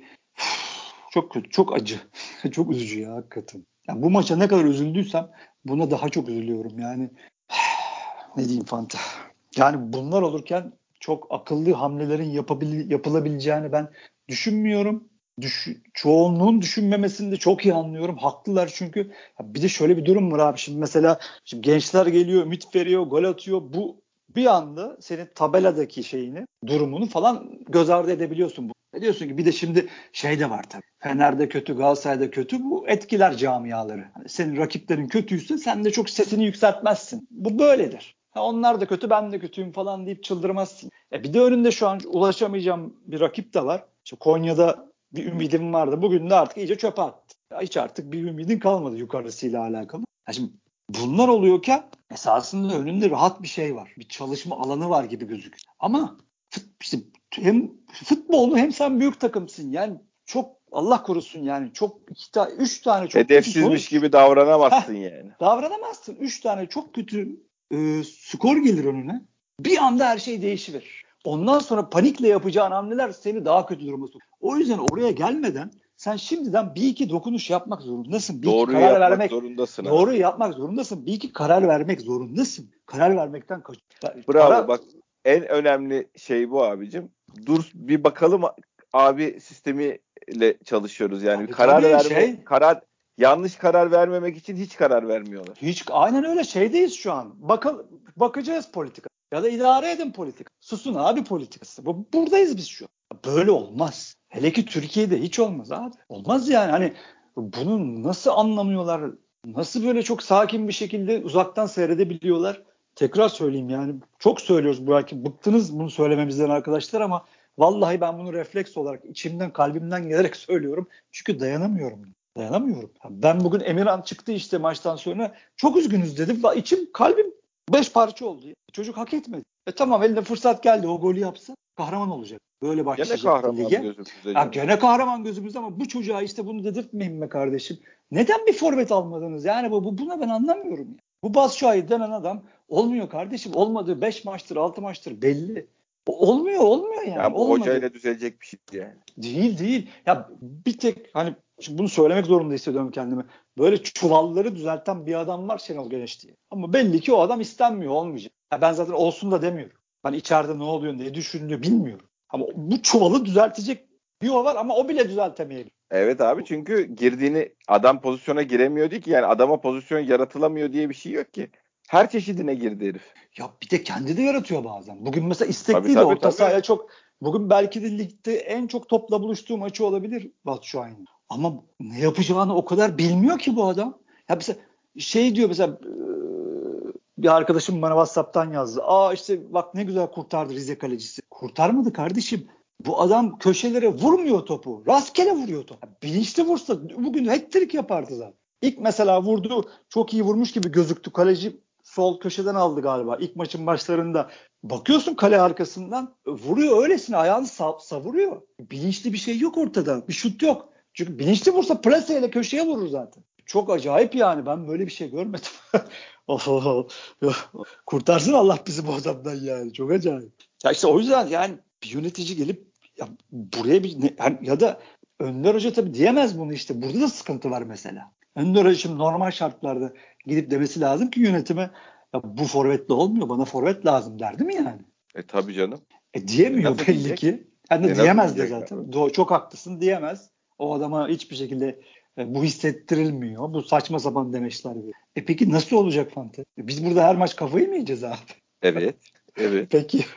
çok kötü, çok acı. Çok üzücü ya hakikaten. Yani bu maça ne kadar üzüldüysem buna daha çok üzülüyorum. Yani ne diyeyim Fanta. Yani bunlar olurken çok akıllı hamlelerin yapılabileceğini ben düşünmüyorum. Çoğunluğun düşünmemesini de çok iyi anlıyorum. Haklılar çünkü. Bir de şöyle bir durum var abi. Şimdi gençler geliyor, ümit veriyor, gol atıyor. Bu bir anda senin tabeladaki şeyini, durumunu falan göz ardı edebiliyorsun. Diyorsun ki bir de şimdi şey de var tabii. Fener'de kötü, Galatasaray'da kötü. Bu etkiler camiaları. Hani senin rakiplerin kötüyse sen de çok sesini yükseltmezsin. Bu böyledir. Onlar da kötü ben de kötüyüm falan deyip çıldırmazsın. Bir de önünde şu an ulaşamayacağım bir rakip de var. İşte Konya'da bir ümidim vardı. Bugün de artık iyice çöpe attı. Hiç artık bir ümidin kalmadı yukarısıyla alakalı. Şimdi bunlar oluyorken esasında önünde rahat bir şey var. Bir çalışma alanı var gibi gözüküyor. Ama işte hem futbolda hem sen büyük takımsın. Yani çok Allah korusun yani çok 3 tane çok kötü Hedefsizmiş sonuç. gibi davranamazsın yani. Davranamazsın. 3 tane çok kötü skor gelir önüne. Bir anda her şey değişiverir. Ondan sonra panikle yapacağın hamleler seni daha kötü duruma sokuyor. O yüzden oraya gelmeden sen şimdiden bir iki dokunuş yapmak zorundasın. Bir iki Doğruyu karar yapmak vermek, zorundasın abi. doğruyu yapmak zorundasın. Bir iki karar vermek zorundasın. Karar vermekten kaç. Bravo, bak en önemli şey bu abicim. Dur bir bakalım abi sistemiyle çalışıyoruz yani. Tabii Yanlış karar vermemek için hiç karar vermiyorlar. hiç aynen öyle şeydeyiz şu an. Bakacağız politika. Ya da idare edin politika. Susun abi politikası. Buradayız biz şu an. Böyle olmaz. Hele ki Türkiye'de hiç olmaz abi. Olmaz yani. Hani bunu nasıl anlamıyorlar? Nasıl böyle çok sakin bir şekilde uzaktan seyredebiliyorlar? Tekrar söyleyeyim yani. Çok söylüyoruz belki. Bıktınız bunu söylememizden arkadaşlar ama vallahi ben bunu refleks olarak içimden kalbimden gelerek söylüyorum. Çünkü dayanamıyorum. Dayanamıyorum. Ben bugün Emirhan çıktı işte maçtan sonra. Çok üzgünüz dedim. İçim kalbim 5 parça oldu. Çocuk hak etmedi. Tamam eline fırsat geldi. O golü yapsa kahraman olacak. Böyle Gene başlayacaktı kahraman lige. gözümüzde Ya canım. gene kahraman gözümüzde ama bu çocuğa işte bunu dedirtmeyin be kardeşim. Neden bir forvet almadınız? Yani buna ben anlamıyorum. Ya. Bu Batshuayi denen adam olmuyor kardeşim. Olmadığı 5 maçtır 6 maçtır belli. Olmuyor yani. Ya bu Olmadı. hocayla düzelecek bir şey yani. Değil. Ya bir tek hani şimdi bunu söylemek zorunda hissediyorum kendimi. Böyle çuvalları düzelten bir adam var Şenol Güneş diye. Ama belli ki o adam istenmiyor, olmayacak. Ya ben zaten olsun da demiyorum. Ben içeride ne oluyor diye düşündüğü bilmiyorum. Ama bu çuvalı düzeltecek bir o var ama o bile düzeltemeyebilir. Evet abi, çünkü adam pozisyona giremiyor değil ki, yani adama pozisyon yaratılamıyor diye bir şey yok ki. Her çeşidine girdi herif. Ya bir de kendi de yaratıyor bazen. Bugün mesela Tabii istekliydi tabii orta tabii. sahaya çok. Bugün belki de ligde en çok topla buluştuğu maçı olabilir Batshuayi'nin. Ama ne yapacağını o kadar bilmiyor ki bu adam. Ya mesela şey diyor mesela bir arkadaşım bana WhatsApp'tan yazdı. İşte bak ne güzel kurtardı Rize kalecisi. Kurtarmadı kardeşim. Bu adam köşelere vurmuyor topu. Rastgele vuruyor topu. Bilinçli vursa bugün hat-trick yapardı zaten. İlk mesela vurdu, çok iyi vurmuş gibi gözüktü. Kaleci sol köşeden aldı galiba. İlk maçın başlarında. Bakıyorsun kale arkasından vuruyor öylesine ayağını savuruyor. Bilinçli bir şey yok ortada. Bir şut yok. Çünkü bilinçli vursa plaseyle köşeye vurur zaten. Çok acayip yani. Ben böyle bir şey görmedim. Kurtarsın Allah bizi bu adamdan yani. Çok acayip. Ya işte o yüzden yani bir yönetici gelip ya buraya ya da Önder Hoca tabii diyemez bunu işte. Burada da sıkıntı var mesela. Önder Hoca şimdi normal şartlarda gidip demesi lazım ki yönetime ya bu forvetle olmuyor. Bana forvet lazım derdi mi yani? Tabii canım. Diyemiyor Nasıl belli diyecek? ki. Yani Nasıl diyemez de diyecek zaten. abi? Çok haklısın diyemez. O adama hiçbir şekilde bu hissettirilmiyor. Bu saçma sapan demeçler. Peki nasıl olacak Fante? Biz burada her maç kafayı mı yiyeceğiz abi? Evet. Evet. Peki.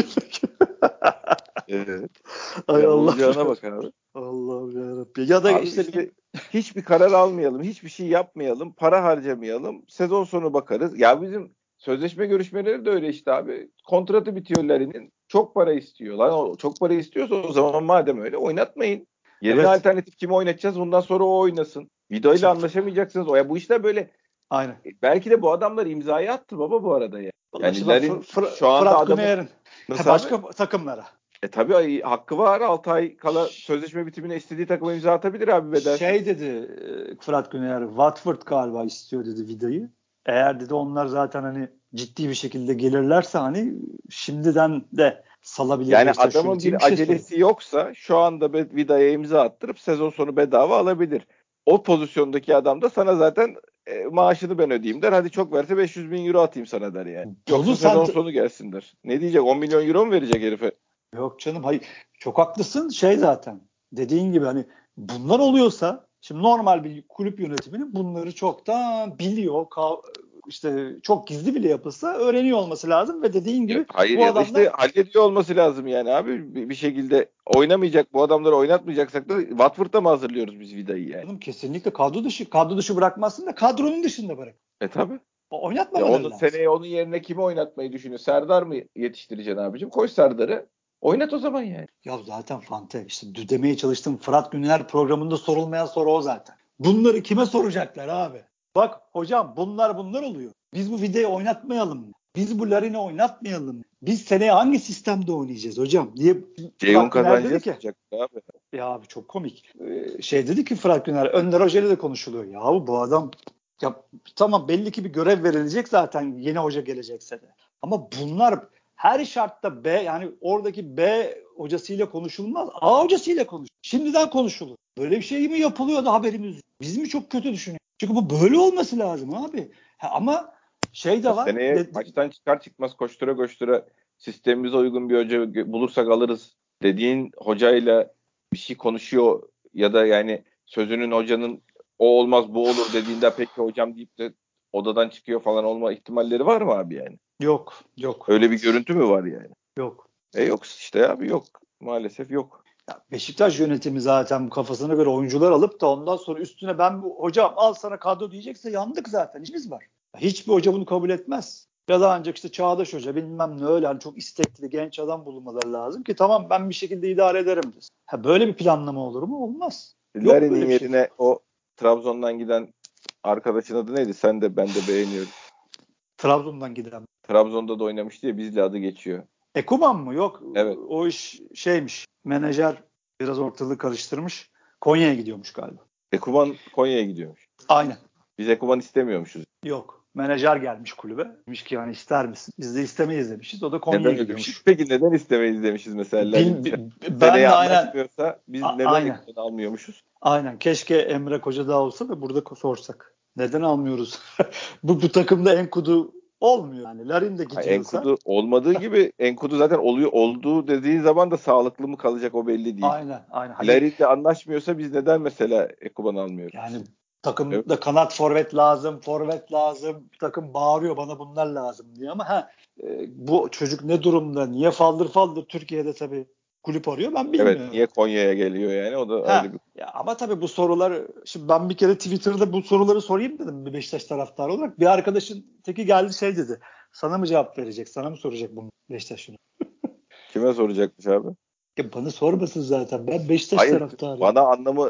Evet. Ay Ne Allah. olacağına bak abi. Allah'ım yarabbim. Ya da Abi işte işte hiçbir karar almayalım, hiçbir şey yapmayalım, para harcamayalım, sezon sonu bakarız. Ya bizim sözleşme görüşmeleri de öyle işte abi. Kontratı bitiyor Larin'in. Çok para istiyor. Lan o çok para istiyorsa o zaman madem öyle oynatmayın. Yerine evet. alternatif kimi oynatacağız? Bundan sonra o oynasın. Vida ile Şimdi, anlaşamayacaksınız. O ya bu işler böyle. aynen. Belki de bu adamlar imzayı attı baba bu arada ya. Vallahi Yani işte bak Larin şu anda Fırat adamın Güneyer'in nasıl abi? başka takımlara. Tabii hakkı var. 6 ay kala sözleşme bitimine istediği takıma imza atabilir abi bedelsiz. Şey dedi Fırat Güneyer, Watford galiba istiyor dedi Vida'yı. Eğer dedi onlar zaten hani ciddi bir şekilde gelirlerse hani şimdiden de salabilir Yani Beşiktaş adamın yönetimi bir bir şey söyledi. acelesi yoksa şu anda Vida'ya imza attırıp sezon sonu bedava alabilir. O pozisyondaki adam da sana zaten maaşını ben ödeyeyim der. Hadi çok verse 500 bin euro atayım sana der yani. Bunu Yoksa sezon sonu gelsin der. Ne diyecek? 10 milyon euro mu verecek herife? yok canım hayır çok haklısın şey zaten dediğin gibi hani bunlar oluyorsa şimdi normal bir kulüp yönetiminin bunları çoktan biliyor işte çok gizli bile yapılsa öğreniyor olması lazım ve dediğin Ya, gibi hayır bu ya da işte adamlar hallediyor olması lazım yani abi. Bir şekilde oynamayacak bu adamları oynatmayacaksak da Watford'da mı hazırlıyoruz biz Vida'yı yani? canım kesinlikle kadro dışı bırakmazsın da kadronun dışında bırak. Tabii. Ya Oynatmamaları lazım. onun yerine kimi oynatmayı düşünüyor? Serdar mı yetiştireceksin abicim? Koy Serdar'ı. Oynat o zaman yani. Ya zaten Fante işte demeye çalıştım Fırat Güner programında sorulmayan soru o zaten. Bunları kime soracaklar abi? Bak hocam bunlar oluyor. Biz bu videoyu oynatmayalım mı? Biz bu Larin'i oynatmayalım mı? Biz seneye hangi sistemde oynayacağız hocam diye Ceyhun Fırat Güner dedi kazanacağız ki sıcak abi. ya abi çok komik. Şey dedi ki Fırat Güner Önder Hoca ile de konuşuluyor. Ya bu adam ya tamam belli ki bir görev verilecek zaten yeni hoca gelecekse de. Ama bunlar her şartta yani oradaki B hocasıyla konuşulmaz. A hocasıyla konuş. Şimdiden konuşulur. Böyle bir şey mi yapılıyor da haberimiz yok. Biz mi çok kötü düşünüyoruz? Çünkü bu böyle olması lazım abi. Ama şey de var. Seneye maçtan çıkar çıkmaz koştura koştura sistemimize uygun bir hoca bulursak alırız dediğin hocayla bir şey konuşuyor ya da yani sözünün hocanın o olmaz bu olur dediğinde peki hocam deyip de odadan çıkıyor falan olma ihtimalleri var mı abi yani? yok. Öyle bir görüntü mü var yani? Yok. Yok işte abi yok. Maalesef yok. Ya Beşiktaş yönetimi zaten kafasına göre oyuncular alıp da ondan sonra üstüne ben bu hocam al sana kadro diyecekse yandık zaten. İşimiz var. Hiçbir hoca bunu kabul etmez. Ya da ancak işte Çağdaş Hoca bilmem ne öyle hani çok istekli genç adam bulunmaları lazım ki tamam ben bir şekilde idare ederim desin. Böyle bir planlama olur mu? Olmaz. Yok Larin'in böyle bir şey. yerine o Trabzon'dan giden arkadaşın adı neydi? Sen de ben de beğeniyorum. Trabzon'dan giden. Trabzon'da da oynamıştı ya bizle adı geçiyor. Ekuban mı? Yok. Evet. O iş şeymiş. Menajer biraz ortalığı karıştırmış. Konya'ya gidiyormuş galiba. Ekuban Konya'ya gidiyormuş. Aynen. Biz Ekuban istemiyormuşuz. Yok. Menajer gelmiş kulübe. Demiş ki yani ister misin? Biz de istemeyiz demişiz. O da Konya'ya Neden ödemişiz? gidiyormuş. Peki neden istemeyiz demişiz mesela Larin Ben seneye de aynen anlaşmıyorsa biz neden aynen. Ekuban'ı almıyormuşuz? Aynen. Keşke Emre Koca daha olsa da burada sorsak. Neden almıyoruz? Bu takımda Enkudu olmuyor. Yani Larin de gidiyorsa Enkudu olmadığı gibi Enkudu zaten olduğu dediğin zaman da sağlıklı mı kalacak o belli değil. aynen. Hani Larin de anlaşmıyorsa biz neden mesela Ekuban'ı almıyoruz? yani Evet. takımda kanat forvet lazım. Takım bağırıyor bana bunlar lazım diye ama bu çocuk ne durumda? Niye faldır Türkiye'de tabii kulüp arıyor ben Evet, bilmiyorum. niye Konya'ya geliyor yani o da ayrı bir. Ya ama tabii bu sorular şimdi ben bir kere Twitter'da bu soruları sorayım dedim bir Beşiktaş taraftarı olarak. Bir arkadaşın teki geldi şey dedi. Sana mı cevap verecek? Sana mı soracak bunu Beşiktaş'ın? Kime soracakmış abi? Ya bana sormasın zaten. Ben Beşiktaş Hayır, taraftarıyım. bana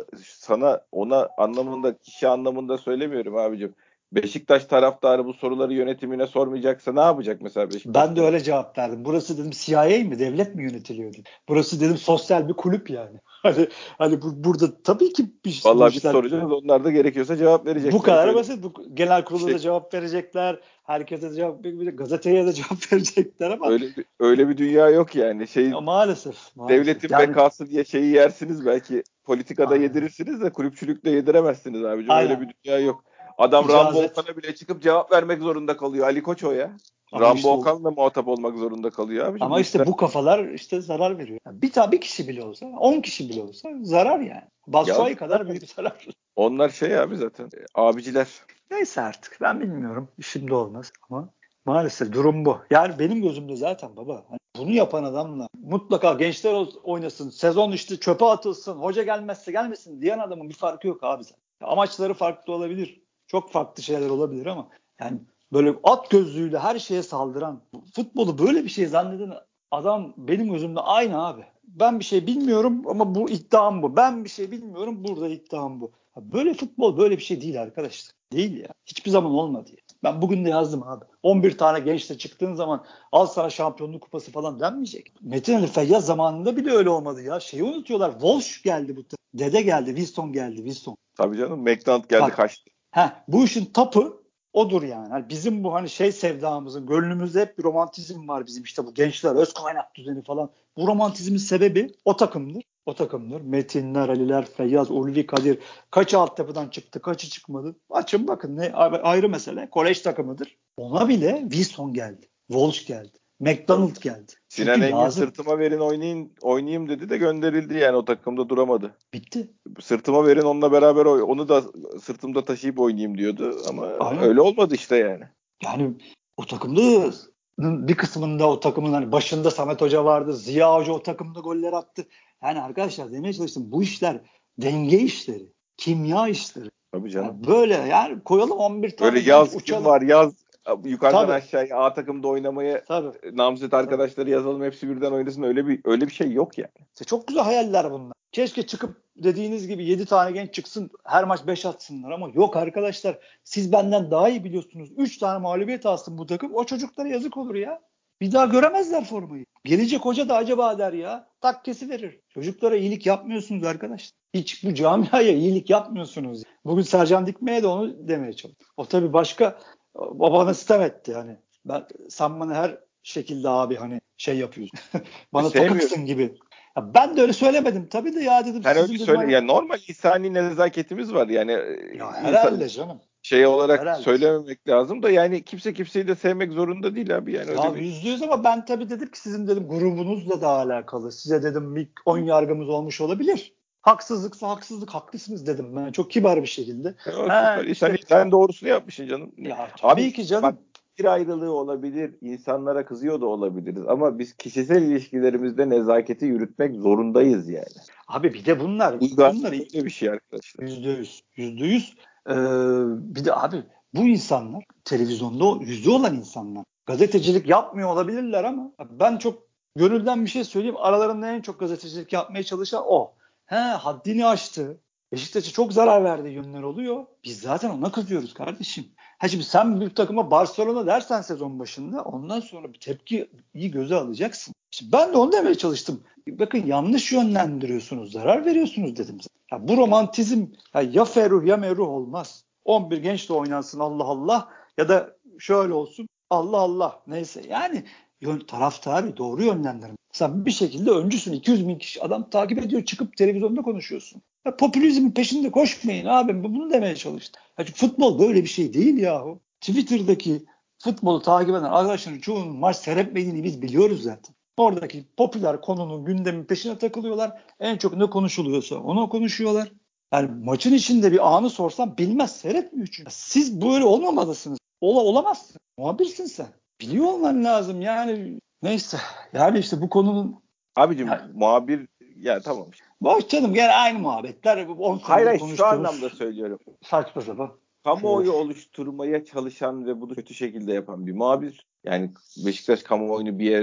sana ona anlamında, kişi anlamında söylemiyorum abicim. Beşiktaş taraftarı bu soruları yönetimine sormayacaksa ne yapacak mesela Beşiktaş Ben de öyle yönetimi? cevap verdim. Burası dedim CIA mi? Devlet mi yönetiliyor dedim. Burası dedim sosyal bir kulüp yani. Hani burada tabii ki bu Vallahi biz işler soracağız, onlar da gerekiyorsa cevap bu verecekler. Hiç kadar öyle basit. Bu genel kurula işte da cevap verecekler. Herkese de cevap verecekler. Gazeteye de cevap verecekler ama öyle bir dünya yok yani. ya maalesef. Devletin Yani bekası diye şeyi yersiniz belki, politikada aynen. yedirirsiniz de kulüpçülükte yediremezsiniz abicim. Öyle Aynen. bir dünya yok. Adam Rambo İcazet. Okan'a bile çıkıp cevap vermek zorunda kalıyor. Ali Koç o ya. Ama Rambo işte Okan'la muhatap olmak zorunda kalıyor abicim. ama Bu işte işler bu kafalar işte zarar veriyor. Yani bir kişi bile olsa, 10 kişi bile olsa zarar yani. ya Batshuayi kadar zaten büyük zarar. onlar şey abi zaten abiciler. Neyse artık ben bilmiyorum. Şimdi olmaz ama maalesef durum bu. Yani benim gözümde zaten baba. Hani bunu yapan adamla mutlaka gençler oynasın. Sezon işte çöpe atılsın. Hoca gelmezse gelmesin diyen adamın bir farkı yok abi zaten. Amaçları farklı olabilir. Çok farklı şeyler olabilir ama yani böyle at gözlüğüyle her şeye saldıran, futbolu böyle bir şey zanneden adam benim gözümde aynı abi. Ben bir şey bilmiyorum ama bu iddiam bu. Ben bir şey bilmiyorum, burada iddiam bu. Böyle futbol böyle bir şey değil arkadaşlar. Değil ya. Hiçbir zaman olmadı ya. Ben bugün de yazdım abi. 11 tane gençle çıktığın zaman al sana şampiyonluk kupası falan denmeyecek. Metin Ali Feyyaz zamanında bile öyle olmadı ya. Şeyi unutuyorlar. Walsh geldi bu. Dede geldi. Wilson geldi. Wilson. Tabii canım, McDonald geldi Bak. kaçtı. Bu işin tapı odur yani. Hani bizim bu hani şey sevdamızın, gönlümüzde hep bir romantizm var bizim, işte bu gençler, öz kaynak düzeni falan. Bu romantizmin sebebi o takımdır. O takımdır. Metinler, Aliler, Feyyaz, Ulvi, Kadir. Kaçı altyapıdan çıktı, kaçı çıkmadı. Açın bakın, ne ayrı mesele. Kolej takımıdır. Ona bile Wilson geldi. Walsh geldi. McDonald geldi. Sinan Çünkü Engin lazım. sırtıma verin oynayayım dedi de gönderildi, yani o takımda duramadı. Bitti. Sırtıma verin, onunla beraber onu da sırtımda taşıyıp oynayayım diyordu ama Aynen. öyle olmadı işte yani. Yani o takımda bir kısmında, o takımın hani başında Samet Hoca vardı. Ziya Hoca o takımda goller attı. Yani arkadaşlar demeye çalıştım, bu işler denge işleri, kimya işleri. Tabii canım. Yani böyle yani koyalım 11 Öyle tane genç yaz kim uçalım. var yaz, yukarıdan Tabii. aşağıya A takımda oynamaya Tabii. namzet Tabii. arkadaşları yazalım, hepsi birden oynasın, öyle bir şey yok yani. İşte çok güzel hayaller bunlar. Keşke çıkıp dediğiniz gibi 7 tane genç çıksın, her maç 5 atsınlar ama yok arkadaşlar. Siz benden daha iyi biliyorsunuz. 3 tane mağlubiyet alsın bu takım. O çocuklara yazık olur ya. Bir daha göremezler formayı. Gelecek hoca da acaba der ya. Takkesi verir. Çocuklara iyilik yapmıyorsunuz arkadaşlar. Hiç bu camiaya iyilik yapmıyorsunuz. Bugün Sercan Dikme'ye de onu demeye çalıştım. O tabii başka, babana sitem etti yani. Sen bana her şekilde abi hani şey yapıyorsun. Bana Sevmiyorum. takıksın gibi. Ya ben de öyle söylemedim tabii de, ya dedim Sen öyle sizin dedim söyle hani, yani, normal insani nezaketimiz var yani, ya insan herhalde canım. şey olarak Herhalde. söylememek lazım da, yani kimse kimseyi de sevmek zorunda değil abi, yani Ya öyle bir %100, ama ben tabii dedim ki sizin dedim grubunuzla da alakalı. Size dedim bir ön yargımız olmuş olabilir. Haksızlıksa haksızlık, haklısınız dedim ben çok kibar bir şekilde. o süper. İşte Sen doğrusunu yapmışsın canım. ya Abi tabii ki bak, canım. fikir ayrılığı olabilir, insanlara kızıyor da olabiliriz ama biz kişisel ilişkilerimizde nezaketi yürütmek zorundayız yani. Abi bir de bunları Uygarlık böyle bir şey arkadaşlar. %100. %100. Ee, bir de abi bu insanlar televizyonda yüzü olan insanlar. Gazetecilik yapmıyor olabilirler ama ben çok gönülden bir şey söyleyeyim. Aralarında en çok gazetecilik yapmaya çalışan o. Haddini aştı. Beşiktaş'a çok zarar verdiği yönler oluyor. Biz zaten ona kızıyoruz kardeşim. Şimdi sen bir takıma Barcelona dersen sezon başında, ondan sonra bir tepkiyi göze alacaksın. İşte ben de onu demeye çalıştım. Bakın yanlış yönlendiriyorsunuz, zarar veriyorsunuz dedim. Ya bu romantizm ya Ferruh ya Merruh olmaz. 11 gençle oynansın Allah Allah, ya da şöyle olsun Allah Allah, neyse. Yani taraftarı doğru yönlendirin. Sen bir şekilde öncüsün. 200 bin kişi adam takip ediyor. Çıkıp televizyonda konuşuyorsun. Popülizmin peşinde koşmayın abi. Bunu demeye çalıştım. Çünkü futbol böyle bir şey değil yahu. Twitter'daki futbolu takip eden arkadaşların çoğunun maç seyretmediğini biz biliyoruz zaten. Oradaki popüler konunun, gündemin peşine takılıyorlar. En çok ne konuşuluyorsa onu konuşuyorlar. Yani maçın içinde bir anı sorsam bilmez, seyretmiyor çünkü. Siz böyle olmamalısınız. Olamazsın. Muhabirsin sen. Biliyor olman lazım yani. Neyse. Yani işte bu konunun, Abicim yani, muhabir ya, tamam. boş canım, gene aynı muhabbetler. 10 Hayır, senedir hayır, şu anlamda konuştuğumuz söylüyorum. saçma sapan şeyler. Kamuoyu oluşturmaya çalışan ve bunu kötü şekilde yapan bir muhabir. Yani Beşiktaş kamuoyunu bir yere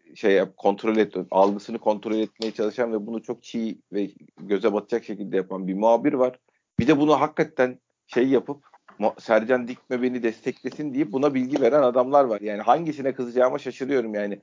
kontrol et, algısını kontrol etmeye çalışan ve bunu çok çiğ ve göze batacak şekilde yapan bir muhabir var. Bir de bunu hakikaten yapıp Sercan Dikme beni desteklesin deyip buna bilgi veren adamlar var. Yani hangisine kızacağıma şaşırıyorum yani.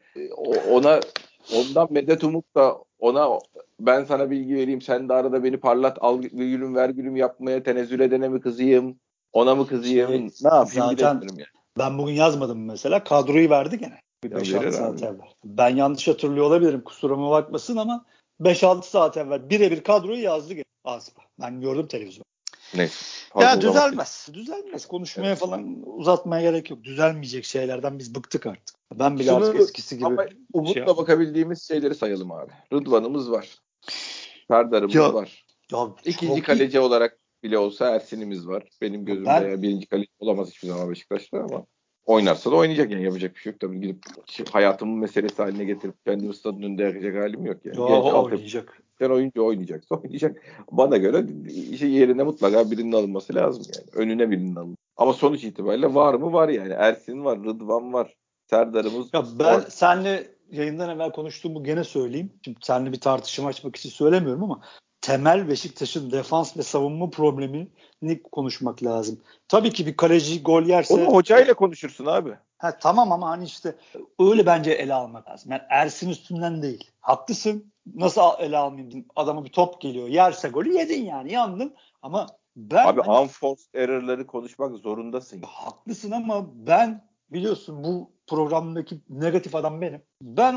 Ondan medet umup da ona ben sana bilgi vereyim, sen de arada beni parlat, al gülüm ver gülüm yapmaya tenezzül edene mi kızayım, ona mı kızayım, ne yapayım bilemiyorum yani. Ben bugün yazmadım mesela, kadroyu verdi gene. 5-6 saat evvel. Ben yanlış hatırlıyor olabilirim, kusuruma bakmasın ama 5-6 saat evvel birebir kadroyu yazdı gene Aspa. Ben gördüm televizyonda. Neyse. Ya düzelmez. Konuşmaya falan uzatmaya gerek yok. Düzelmeyecek şeylerden biz bıktık artık. Ben bile artık eskisi gibi. Ama umutla bakabildiğimiz şeyleri sayalım abi. Rıdvan'ımız var. Serdar'ımız var. İkinci kaleci olarak bile olsa Ersin'imiz var. Benim gözümde birinci kaleci olamaz hiçbir zaman Beşiktaş'ta ama oynarsa da oynayacak yani, yapacak bir şey yok. Tabii gidip hayatımın meselesi haline getirip kendimi stadın önünde yakacak halim yok yani. Oynayacak. Oyuncu oynayacaksa oynayacak. Bana göre yerine mutlaka birinin alınması lazım yani. Önüne birinin alınması. Ama sonuç itibariyle var mı? Var yani. Ersin var, Rıdvan var, Serdar'ımız var. Ben seninle yayından evvel konuştuğumu gene söyleyeyim. Şimdi seninle bir tartışma açmak için söylemiyorum ama temel Beşiktaş'ın defans ve savunma problemini konuşmak lazım. Tabii ki bir kaleci gol yerse... Onu hocayla konuşursun abi. Tamam ama hani işte öyle bence ele almak lazım. Yani Ersin üstünden değil. Haklısın. Nasıl ele almayayım? Adama bir top geliyor. Yerse golü yedin yani. Yandın. Ama ben... Abi unforced error'ları konuşmak zorundasın. Haklısın ama ben biliyorsun bu programdaki negatif adam benim. Ben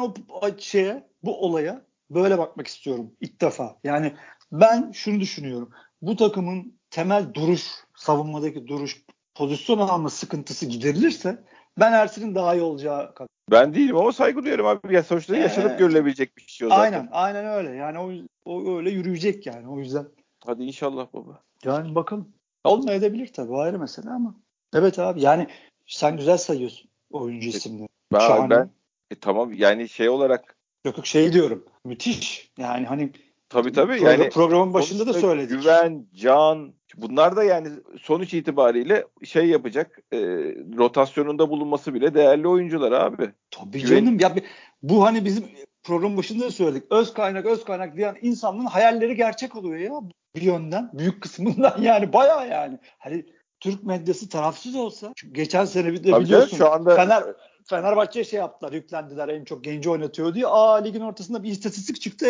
bu olaya böyle bakmak istiyorum ilk defa. Yani ben şunu düşünüyorum. Bu takımın temel savunmadaki duruş, pozisyon alma sıkıntısı giderilirse ben Ersin'in daha iyi olacağı kadar. Ben değilim ama saygı duyuyorum abi. Ya sonuçta yaşanıp görülebilecek bir şey o zaten. Aynen öyle. Yani o öyle yürüyecek yani, o yüzden. Hadi inşallah baba. Yani bakalım. Olmayabilir tabii, o ayrı mesele ama. Evet abi, yani sen güzel sayıyorsun oyuncu isimleri. Ben tamam yani olarak. Yok diyorum. Müthiş. Yani hani tabii yani programın başında da söyledik. Güven, Can, bunlar da yani sonuç itibariyle yapacak, rotasyonunda bulunması bile değerli oyuncular abi. Tabii canım. Ya bu hani bizim programın başında da söyledik. Öz kaynak diyen insanların hayalleri gerçek oluyor ya bir yönden. Büyük kısmından yani, bayağı yani. Hani Türk medyası tarafsız olsa, çünkü geçen sene bir de biliyorsun şu anda Fenerbahçe'ye yaptılar, yüklendiler, en çok genci oynatıyor diye. Ligin ortasında bir istatistik çıktı,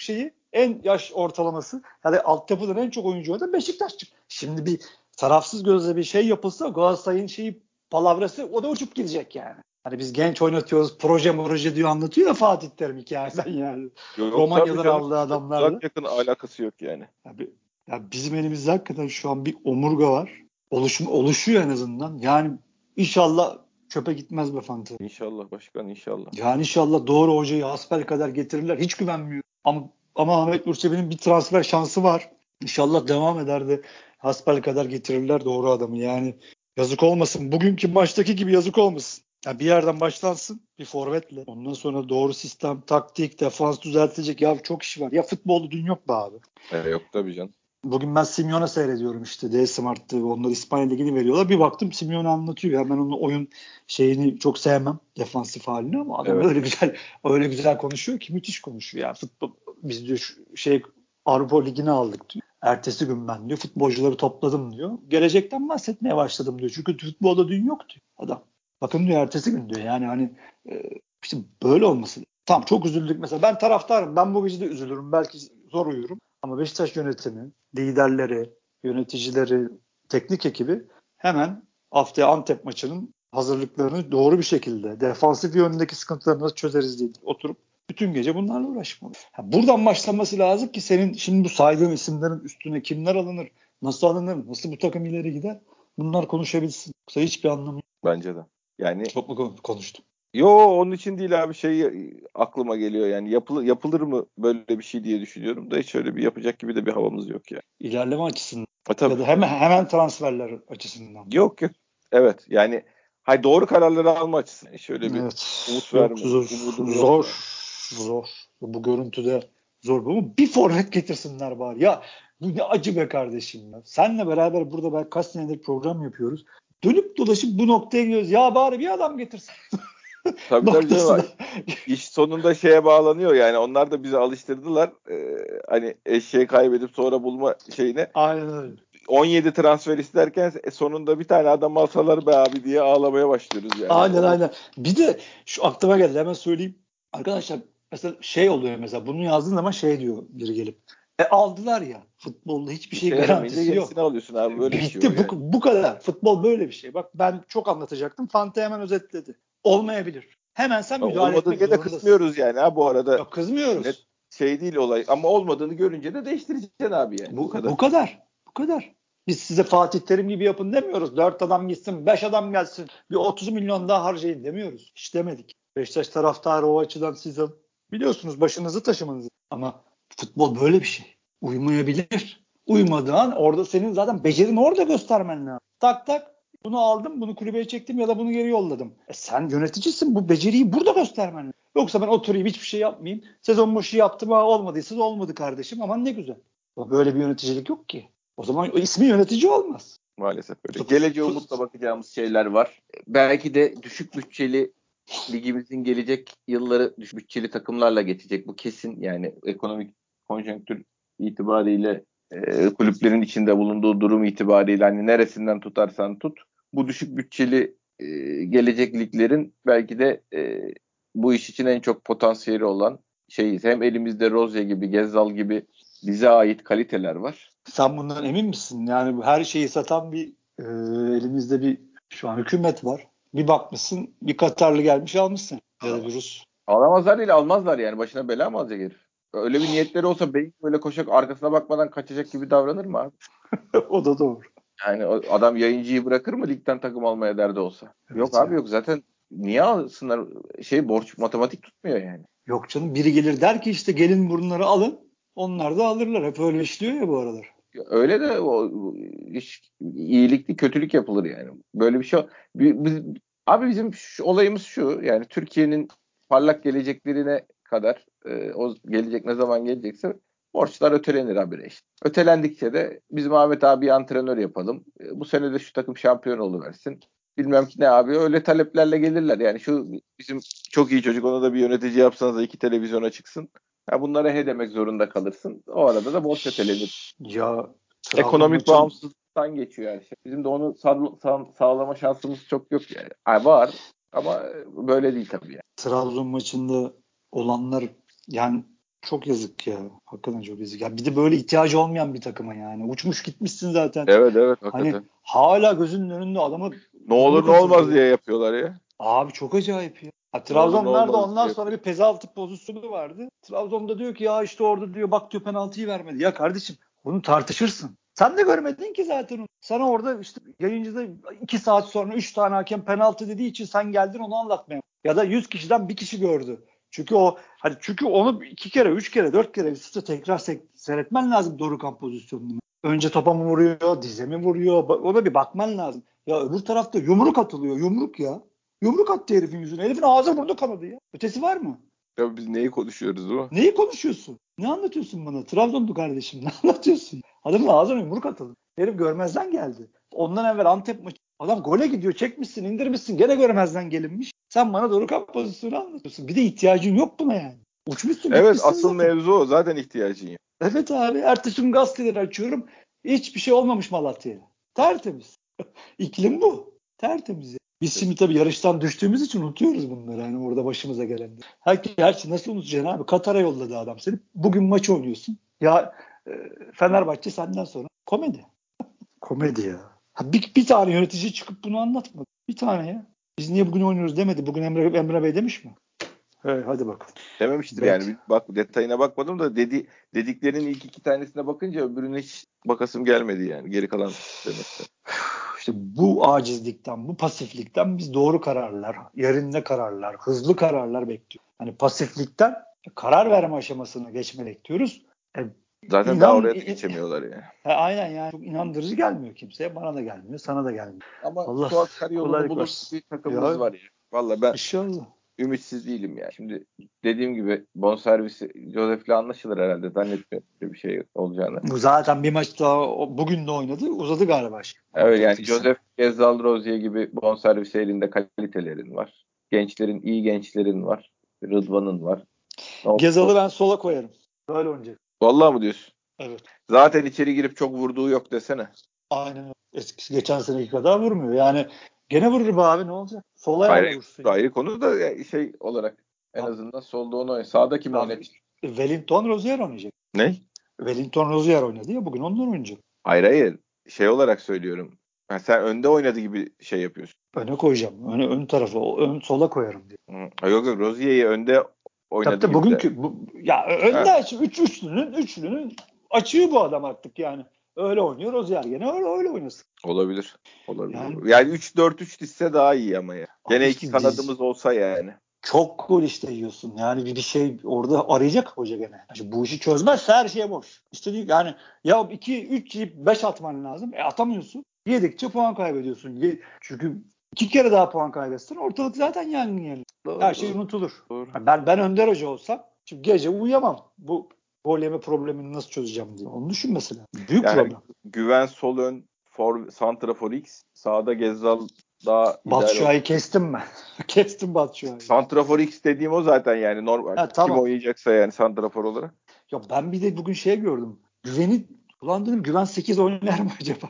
en yaş ortalaması. Yani altyapıdan en çok oyuncu oynadı Beşiktaş çıktı. Şimdi bir tarafsız gözle bir yapılsa, Galatasaray'ın palavrası, o da uçup gidecek yani. Hani biz genç oynatıyoruz, proje diyor, anlatıyor ya Fatih Terim hikayeden yani. Romanya'dan aldığı adamlarla. Uzak yakın alakası yok yani. Ya bizim elimizde hakikaten şu an bir omurga var. Oluşuyor en azından. Yani inşallah çöpe gitmez be Fantı. İnşallah başkan, inşallah. Yani inşallah doğru hocayı hasbelkader getirirler. Hiç güvenmiyorum. Ama Ahmet Nurçebi'nin bir transfer şansı var. İnşallah devam eder de hasbelkader getirirler doğru adamı. Yani yazık olmasın. Bugünkü maçtaki gibi yazık olmasın. Yani bir yerden başlansın bir forvetle. Ondan sonra doğru sistem, taktik, defans düzeltecek. Ya çok iş var. Ya futbolda dün yok be abi. Yok tabii canım. Bugün ben Simeone seyrediyorum işte. D-Smart'tı. Onlar İspanya Ligi'ni veriyorlar. Bir baktım Simeone anlatıyor. Ben onun oyun çok sevmem. Defansif halini, ama adam öyle güzel konuşuyor ki, müthiş konuşuyor. Yani futbol, biz diyor Avrupa Ligi'ni aldık diyor. Ertesi gün ben diyor futbolcuları topladım diyor. Gelecekten bahsetmeye başladım diyor. Çünkü futbolda dün yok diyor adam. Bakın diyor, ertesi gün diyor. Yani hani işte böyle olması. Tamam, çok üzüldük mesela. Ben taraftarım. Ben bu gece de üzülürüm. Belki zor uyurum. Ama Beşiktaş yönetimi, liderleri, yöneticileri, teknik ekibi hemen haftaya Antep maçının hazırlıklarını doğru bir şekilde, defansif yönündeki sıkıntıları nasıl çözeriz diye oturup bütün gece bunlarla uğraşmalı. Buradan başlaması lazım ki senin şimdi bu saydığın isimlerin üstüne kimler alınır, nasıl alınır, nasıl bu takım ileri gider, bunlar konuşabilsin. Yoksa hiçbir anlamı yok. Bence de. Yani çok mu konuştum? Onun için değil abi, aklıma geliyor yani, yapılır mı böyle bir şey diye düşünüyorum da hiç öyle bir yapacak gibi de bir havamız yok yani. İlerleme açısından tabii. Ya da hemen transferler açısından. Yok. Evet yani doğru kararları alma açısından şöyle bir umut verme. Zor. Bu görüntüde zor. Ama bir forvet getirsinler bari. Ya bu ne acı be kardeşim ya. Seninle beraber burada kaç senedir program yapıyoruz. Dönüp dolaşıp bu noktaya geliyoruz. Ya bari bir adam getirsin. Tabii noktasına. canım. İş sonunda şeye bağlanıyor yani. Onlar da bizi alıştırdılar. Hani eşeği kaybedip sonra bulma şeyine. Aynen öyle. 17 transfer isterken sonunda bir tane adam alsalar be abi diye ağlamaya başlıyoruz yani. Aynen. Bir de şu aklıma geldi, hemen söyleyeyim. Arkadaşlar mesela şey oluyor, mesela bunu yazdığın zaman şey diyor biri gelip. Aldılar ya, futbolda hiçbir Bir şey şey yaramayınca garantisi gerisini yok. alıyorsun abi. Böyle bir şey var Bitti, yani. bu kadar. Futbol böyle bir şey. Bak ben çok anlatacaktım. Fante hemen özetledi. Olmayabilir. Hemen sen müdahale Olmadı etmek diye de zorundasın. kısmıyoruz yani ha bu arada. Yok, Net kızmıyoruz. şey değil olay. Ama olmadığını görünce de değiştireceksin abi yani. Bu Bu kadar. kadar. Bu kadar. Biz size Fatih Terim gibi yapın demiyoruz. 4 adam gitsin, 5 adam gelsin. Bir 30 milyon daha harcayın demiyoruz. Hiç demedik. Beşiktaş taraftarı o açıdan siz biliyorsunuz, başınızı taşımanızı. Ama futbol böyle bir şey. Uymayabilir. Uymadığı an orada senin zaten becerini orada göstermen lazım. Tak tak, bunu aldım, bunu kulübeye çektim ya da bunu geri yolladım. Sen yöneticisin, bu beceriyi burada göstermen lazım. Yoksa ben oturayım hiçbir şey yapmayayım. Sezon başı yaptım, olmadıysa da olmadı kardeşim, aman ne güzel. Böyle bir yöneticilik yok ki. O zaman o ismi yönetici olmaz. Maalesef öyle. Geleceğe umutla bakacağımız şeyler var. Belki de düşük bütçeli ligimizin gelecek yılları düşük bütçeli takımlarla geçecek. Bu kesin yani ekonomik konjonktür itibariyle kulüplerin içinde bulunduğu durum itibariyle hani neresinden tutarsan tut bu düşük bütçeli gelecek liglerin belki de bu iş için en çok potansiyeli olan şeyiz. Hem elimizde Rozya gibi, Gezzal gibi bize ait kaliteler var. Sen bundan emin misin? Yani bu her şeyi satan bir elimizde bir şu an hükümet var. Bir bakmışsın bir Katarlı gelmiş almışsın. Ya da bir Rus. Alamazlar değil almazlar yani. Başına bela mı alacak herif? Öyle bir niyetleri olsa beyin böyle koşacak arkasına bakmadan kaçacak gibi davranır mı abi? O da doğru. Yani adam yayıncıyı bırakır mı ligden takım almaya derdi olsa? Yok Evet abi ya. yok zaten niye alsınlar? Borç matematik tutmuyor yani. Yok canım, biri gelir der ki işte gelin bunları alın. Onlar da alırlar. Hep öyle işliyor ya bu aralar. Öyle de iş, iyilikli kötülük yapılır yani. Böyle bir şey. Abi bizim olayımız şu yani Türkiye'nin parlak geleceklerine kadar o gelecek ne zaman gelecekse borçlar ötelenir abi işte. Ötelendikçe de bizim Ahmet abi antrenör yapalım. Bu sene de şu takım şampiyon oluversin. Bilmem ki ne abi öyle taleplerle gelirler. Yani şu bizim çok iyi çocuk ona da bir yönetici yapsanız da 2 televizyona çıksın. Ya bunlara he demek zorunda kalırsın. O arada da borç ötelenir. Ya Trabzon Ekonomik maçın bağımsızlıktan geçiyor her şey. Bizim de onu sağlama şansımız çok yok yani. Var ama böyle değil tabii yani. Trabzon maçında olanlar, yani çok yazık ya. Hakikaten çok yazık. Ya bir de böyle ihtiyacı olmayan bir takıma yani. Uçmuş gitmişsin zaten. Evet evet Hani hakikaten. hala gözünün önünde adamı Ne olur yumruk ne olmaz atıldı. diye yapıyorlar ya. Abi çok acayip ya. Ne olur ne Trabzon nerede? olmaz diye Ondan sonra yapıyor. bir penaltı pozisyonu vardı. Trabzon'da diyor ki ya işte orada diyor bak diyor penaltıyı vermedi. Ya kardeşim bunu tartışırsın. Sen de görmedin ki zaten onu. Sana orada işte yayıncıda 2 saat sonra 3 tane hakem penaltı dediği için sen geldin onu anlatmaya. Ya da 100 kişiden bir kişi gördü. Çünkü onu 2 kere, 3 kere, 4 kere üst üste tekrar seyretmen lazım Dorukhan pozisyonunu. Önce topa mı vuruyor, dize mi vuruyor? Ona bir bakman lazım. Ya öbür tarafta yumruk atılıyor. Yumruk ya. Yumruk attı herifin yüzüne. Herifin ağzı burnu kanadı ya. Ötesi var mı? Tabii biz neyi konuşuyoruz o? Neyi konuşuyorsun? Ne anlatıyorsun bana? Trabzonlu kardeşim. Ne anlatıyorsun? Adamın ağzına yumruk atıldı. Herif görmezden geldi. Ondan evvel Antep maçı. Adam gole gidiyor. Çekmişsin, indirmişsin. Gene görmezden gelinmiş. Sen bana Dorukhan pozisyonu anlatıyorsun. Bir de ihtiyacın yok buna yani. Uçmuşsun Evet gitmişsin asıl zaten. mevzu o. Zaten ihtiyacın yok. Evet abi. Ertesi gün gazeteleri açıyorum. Hiçbir şey olmamış Malatya'ya. Tertemiz. İklim bu. Tertemiz. Biz şimdi tabii yarıştan düştüğümüz için unutuyoruz bunları. Yani orada başımıza gelenleri. Gerçi nasıl unutacaksın abi? Katar'a yolladı adam seni. Bugün maç oynuyorsun. Ya Fenerbahçe senden sonra komedi. Komedi ya. Bir tane yönetici çıkıp bunu anlatmadı. Bir tane ya. Biz niye bugün oynuyoruz demedi. Bugün Emre Bey demiş mi? Hadi bakalım. Dememiştir yani. Bet. Bak detayına bakmadım da dediklerinin ilk 2 tanesine bakınca öbürüne hiç bakasım gelmedi yani. Geri kalan demekten. İşte bu acizlikten, bu pasiflikten biz doğru kararlar, yerinde kararlar, hızlı kararlar bekliyoruz. Hani pasiflikten karar verme aşamasına geçme bekliyoruz. Zaten daha oraya da geçemiyorlar yani. Aynen yani çok inandırıcı gelmiyor kimseye. Bana da gelmiyor, sana da gelmiyor. Ama Allah Suat Karayolu'nu kolaylık bulur versin. bir takımımız Ya var ya. Valla ben inşallah. ümitsiz değilim ya. Şimdi dediğim gibi bonservisi Josef'le anlaşılır herhalde. Zannetmiyorum böyle bir şey olacağını. Bu zaten bir maç daha bugün de oynadı. Uzadı galiba Evet kontratı yani bir sene. Josef Gezzal Rozier gibi bonservisi elinde kalitelerin var. gençlerin, iyi gençlerin var. Rıdvan'ın var. Gezal'ı ben sola koyarım. Böyle oynayacak. Vallahi mı diyorsun? Evet. Zaten içeri girip çok vurduğu yok desene. Aynen öyle. Eskisi geçen seneki kadar vurmuyor. Yani gene vurur be abi, ne olacak? Sola ayarla vursun. Ayrı konu da şey olarak en azından solda onu oynayacak. Sağda kim oynayacak? Wellington Rozier oynayacak. Ne? Wellington Rozier oynadı ya bugün, onlar oynayacak. Hayır. Şey olarak söylüyorum. Yani sen önde oynadı gibi şey yapıyorsun. Öne koyacağım. Ön tarafa, sola koyarım diye. Yok Rozier'i önde oynadı Tabii gibi de. bugünkü ya önde üçlünün açığı bu adam artık yani. Öyle oynuyor Rozier, gene öyle oynasın. Olabilir. Yani 3-4-3 dizse daha iyi ama ya. Gene işte iki kanadımız olsa yani. Çok gol işte yiyorsun. Yani bir şey orada arayacak hoca gene. Yani bu işi çözmezse her şeye boş. İşte yani ya 2-3 yiyip 5 atman lazım. Atamıyorsun. Yedikçe puan kaybediyorsun. Çünkü 2 kere daha puan kaybetsin, ortalık zaten yangın yani. Her şey unutulur. Doğru. Ben Önder Hoca olsam şimdi gece uyuyamam. Bu gol yeme problemini nasıl çözeceğim diye. Onu düşün mesela. Büyük Yani problem. Güven sol ön, santrafor X, sağda Gezzal daha ideal Batshuayi kestim ben. Kestim Batshuayi. Santrafor X dediğim o zaten yani normal. Tamam. Kim oynayacaksa yani santrafor olarak. Ya ben bir de bugün gördüm. Ulan dedim, Güven 8 oynar mı acaba?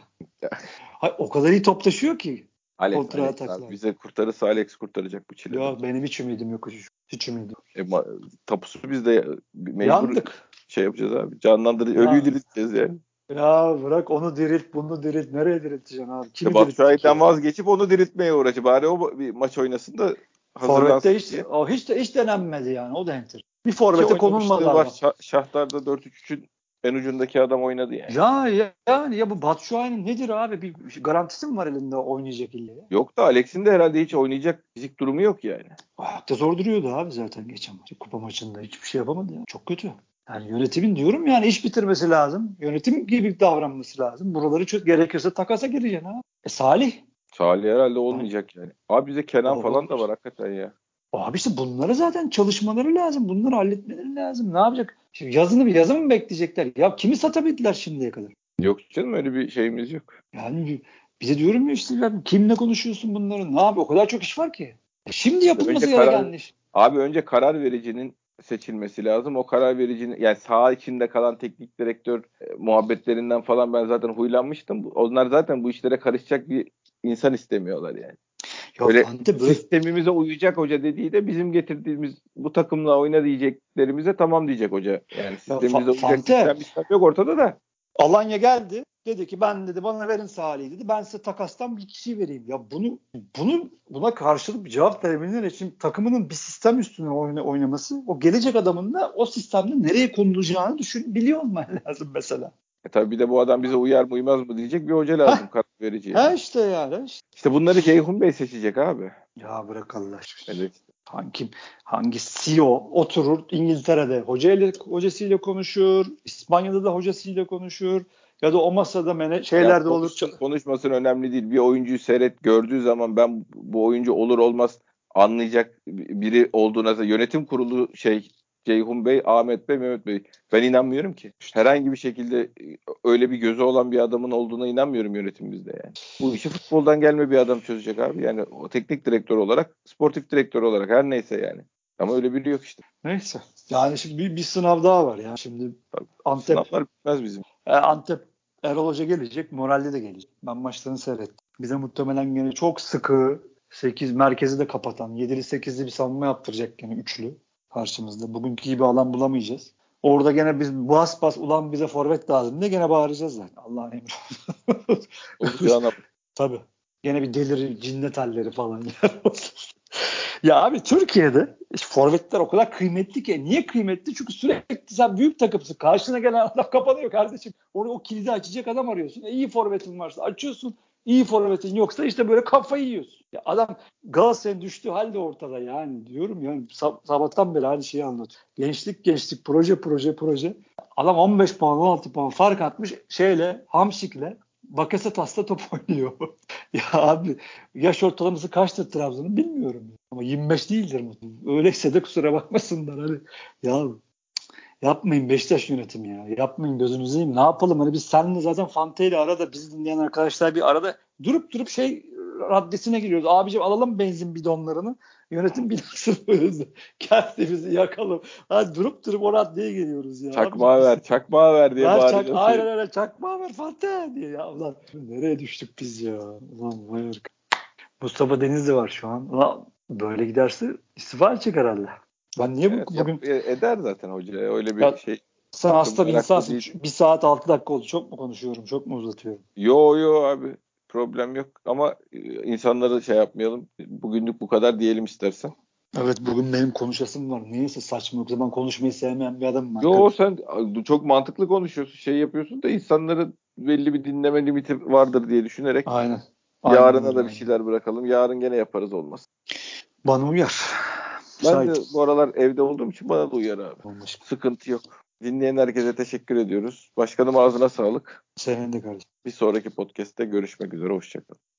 O kadar iyi top taşıyor ki. Alex Kontra abi. ataklar. Bize kurtarırsa Alex kurtaracak bu çileden. Ya benim hiç ümidim yok. Hiç ümidim. Tapusu biz de mecbur Yandık. şey yapacağız abi. Canlandırıcı, ölüyü Ya, dirilteceğiz yani. ya bırak onu dirilt, bunu dirilt. Nereye dirilteceksin abi? Kimi dirilttik Batshuayi'den ya? vazgeçip onu diriltmeye uğraşıyor. Bari o bir maç oynasın da hazırlansın Forvet'te diye. hiç denenmedi yani. O da enter. Bir İki forvete konulmadı oynamışlığı var. adam. Şahtar'da 4-3-3'ün en ucundaki adam oynadı yani. Yani bu Batshuayi'nin nedir abi? Bir garantisi mi var elinde oynayacak ille? Yok da Alex'in de herhalde hiç oynayacak fizik durumu yok yani. Ayakta zor duruyordu abi zaten geçen maç. Kupa maçında hiçbir şey yapamadı ya. Çok kötü. Yani yönetimin diyorum yani iş bitirmesi lazım. Yönetim gibi davranması lazım. Buraları gerekirse takasa gireceksin ha. Salih. Salih herhalde olmayacak yani. Abi bize Kenan falan da Olabilir. var hakikaten ya. Abi işte bunları zaten çalışmaları lazım. Bunları halletmeleri lazım. Ne yapacak? Şimdi yazı mı bekleyecekler? Ya kimi satabildiler şimdiye kadar? Yok canım öyle bir şeyimiz yok. Yani bize diyorum ya işte, ya kimle konuşuyorsun bunları? Ne abi? O kadar çok iş var ki. Şimdi yapılması gereken iş. Önce karar vericinin seçilmesi lazım. O karar vericinin yani saha içinde kalan teknik direktör muhabbetlerinden falan ben zaten huylanmıştım. Onlar zaten bu işlere karışacak bir insan istemiyorlar yani. Ya Öyle Fante sistemimize uyacak hoca dediği de bizim getirdiğimiz bu takımla oyna diyeceklerimize tamam diyecek hoca. Yani sistemimize uyacak Fante sistem yok ortada da. Alanya geldi. Dedi ki bana verin Salih'i dedi. Ben size takastan bir kişi vereyim. Ya buna karşılık bir cevap verebilirler için takımının bir sistem üstüne oynaması, o gelecek adamın da o sistemde nereye konulacağını biliyor olman lazım mesela. Tabii bir de bu adam bize uyar mı uymaz mı diyecek bir hoca lazım karar verici yani. İşte yani. İşte bunları Ceyhun Bey seçecek abi. Ya bırak Allah aşkına. Evet. Hangi CEO oturur İngiltere'de hocasıyla konuşur, İspanya'da da hocasıyla konuşur, ya da o masada şeyler de olur. Konuşmasın önemli değil. Bir oyuncuyu gördüğü zaman ben bu oyuncu olur olmaz anlayacak biri olduğuna yönetim kurulu Ceyhun Bey, Ahmet Bey, Mehmet Bey. Ben inanmıyorum ki. Herhangi bir şekilde öyle bir gözü olan bir adamın olduğuna inanmıyorum yönetimimizde yani. Bu işi futboldan gelme bir adam çözecek abi. Yani o teknik direktör olarak, sportif direktör olarak her neyse yani. Ama öyle biri yok işte. Neyse. Yani şimdi bir sınav daha var ya. Şimdi Sınavlar bitmez bizim. Antep Erol Hoca gelecek. Moralli de gelecek. Ben maçlarını seyrettim. Bize muhtemelen gene çok sıkı 8 merkezi de kapatan 7'li 8'li bir savunma yaptıracak gene üçlü karşımızda. Bugünkü gibi alan bulamayacağız. Orada gene biz bas ulan bize forvet lazım diye gene bağıracağız zaten. Allah'ın emri. Olacağına Tabii. Gene bir delir cinnet halleri falan. Ya abi Türkiye'de forvetler o kadar kıymetli ki. Niye kıymetli? Çünkü sürekli sen büyük takımsın. Karşına gelen adam kapanıyor kardeşim. O kilidi açacak adam arıyorsun. İyi forvetin varsa açıyorsun. İyi forvetin yoksa işte böyle kafayı yiyorsun. Ya adam Galatasaray'ın düştüğü halde ortada yani. Diyorum yani sabahtan beri aynı şeyi anlatıyor. Gençlik proje. Adam 15 puan 16 puan fark atmış Hamşik'le Bakasetas'ta top oynuyor. Ya abi yaş ortalaması kaçtır Trabzon'un bilmiyorum. Ama 25 değildir mutlaka. Öyleyse de kusura bakmasınlar. Hani ya yapmayın Beşiktaş yönetimi ya. Yapmayın gözünüzü seveyim. Ne yapalım? Hani biz seninle zaten Fante ile arada bizi dinleyen arkadaşlar bir arada durup raddesine giriyoruz. Abicim alalım benzin bidonlarını. Yönetim binası hızlı. Kendimizi yakalım. Ha, durup o raddeye geliyoruz ya. Çakmağı ver diye bağıracağız. Aynen öyle çakmağı ver Fatih diye ya. Ulan nereye düştük biz ya? Ulan vay arkadaş. Mustafa Denizli var şu an. Ulan böyle giderse istifa edecek herhalde. Ben niye Evet, bugün... eder zaten hoca. Öyle bir Ya, şey. sen hasta bir Meraklı insansın. değil. 1 saat 6 dakika oldu. Çok mu konuşuyorum? Çok mu uzatıyorum? Yo abi. Problem yok. Ama insanları şey yapmayalım. Bugünlük bu kadar diyelim istersen. Evet bugün benim konuşasım var. Neyse saçma yoksa ben konuşmayı sevmeyen bir adamım. Yo sen çok mantıklı konuşuyorsun. Şey yapıyorsun da insanların belli bir dinleme limiti vardır diye düşünerek Aynen. Aynen yarına öyle. da bir şeyler bırakalım. Yarın gene yaparız olmaz. Bana uyar. Ben de Müsait. bu aralar evde olduğum için bana da uyar abi. Olmuş. Sıkıntı yok. Dinleyen herkese teşekkür ediyoruz. Başkanım ağzına sağlık. Senin de kardeşim. Bir sonraki podcast'te görüşmek üzere. Hoşçakalın.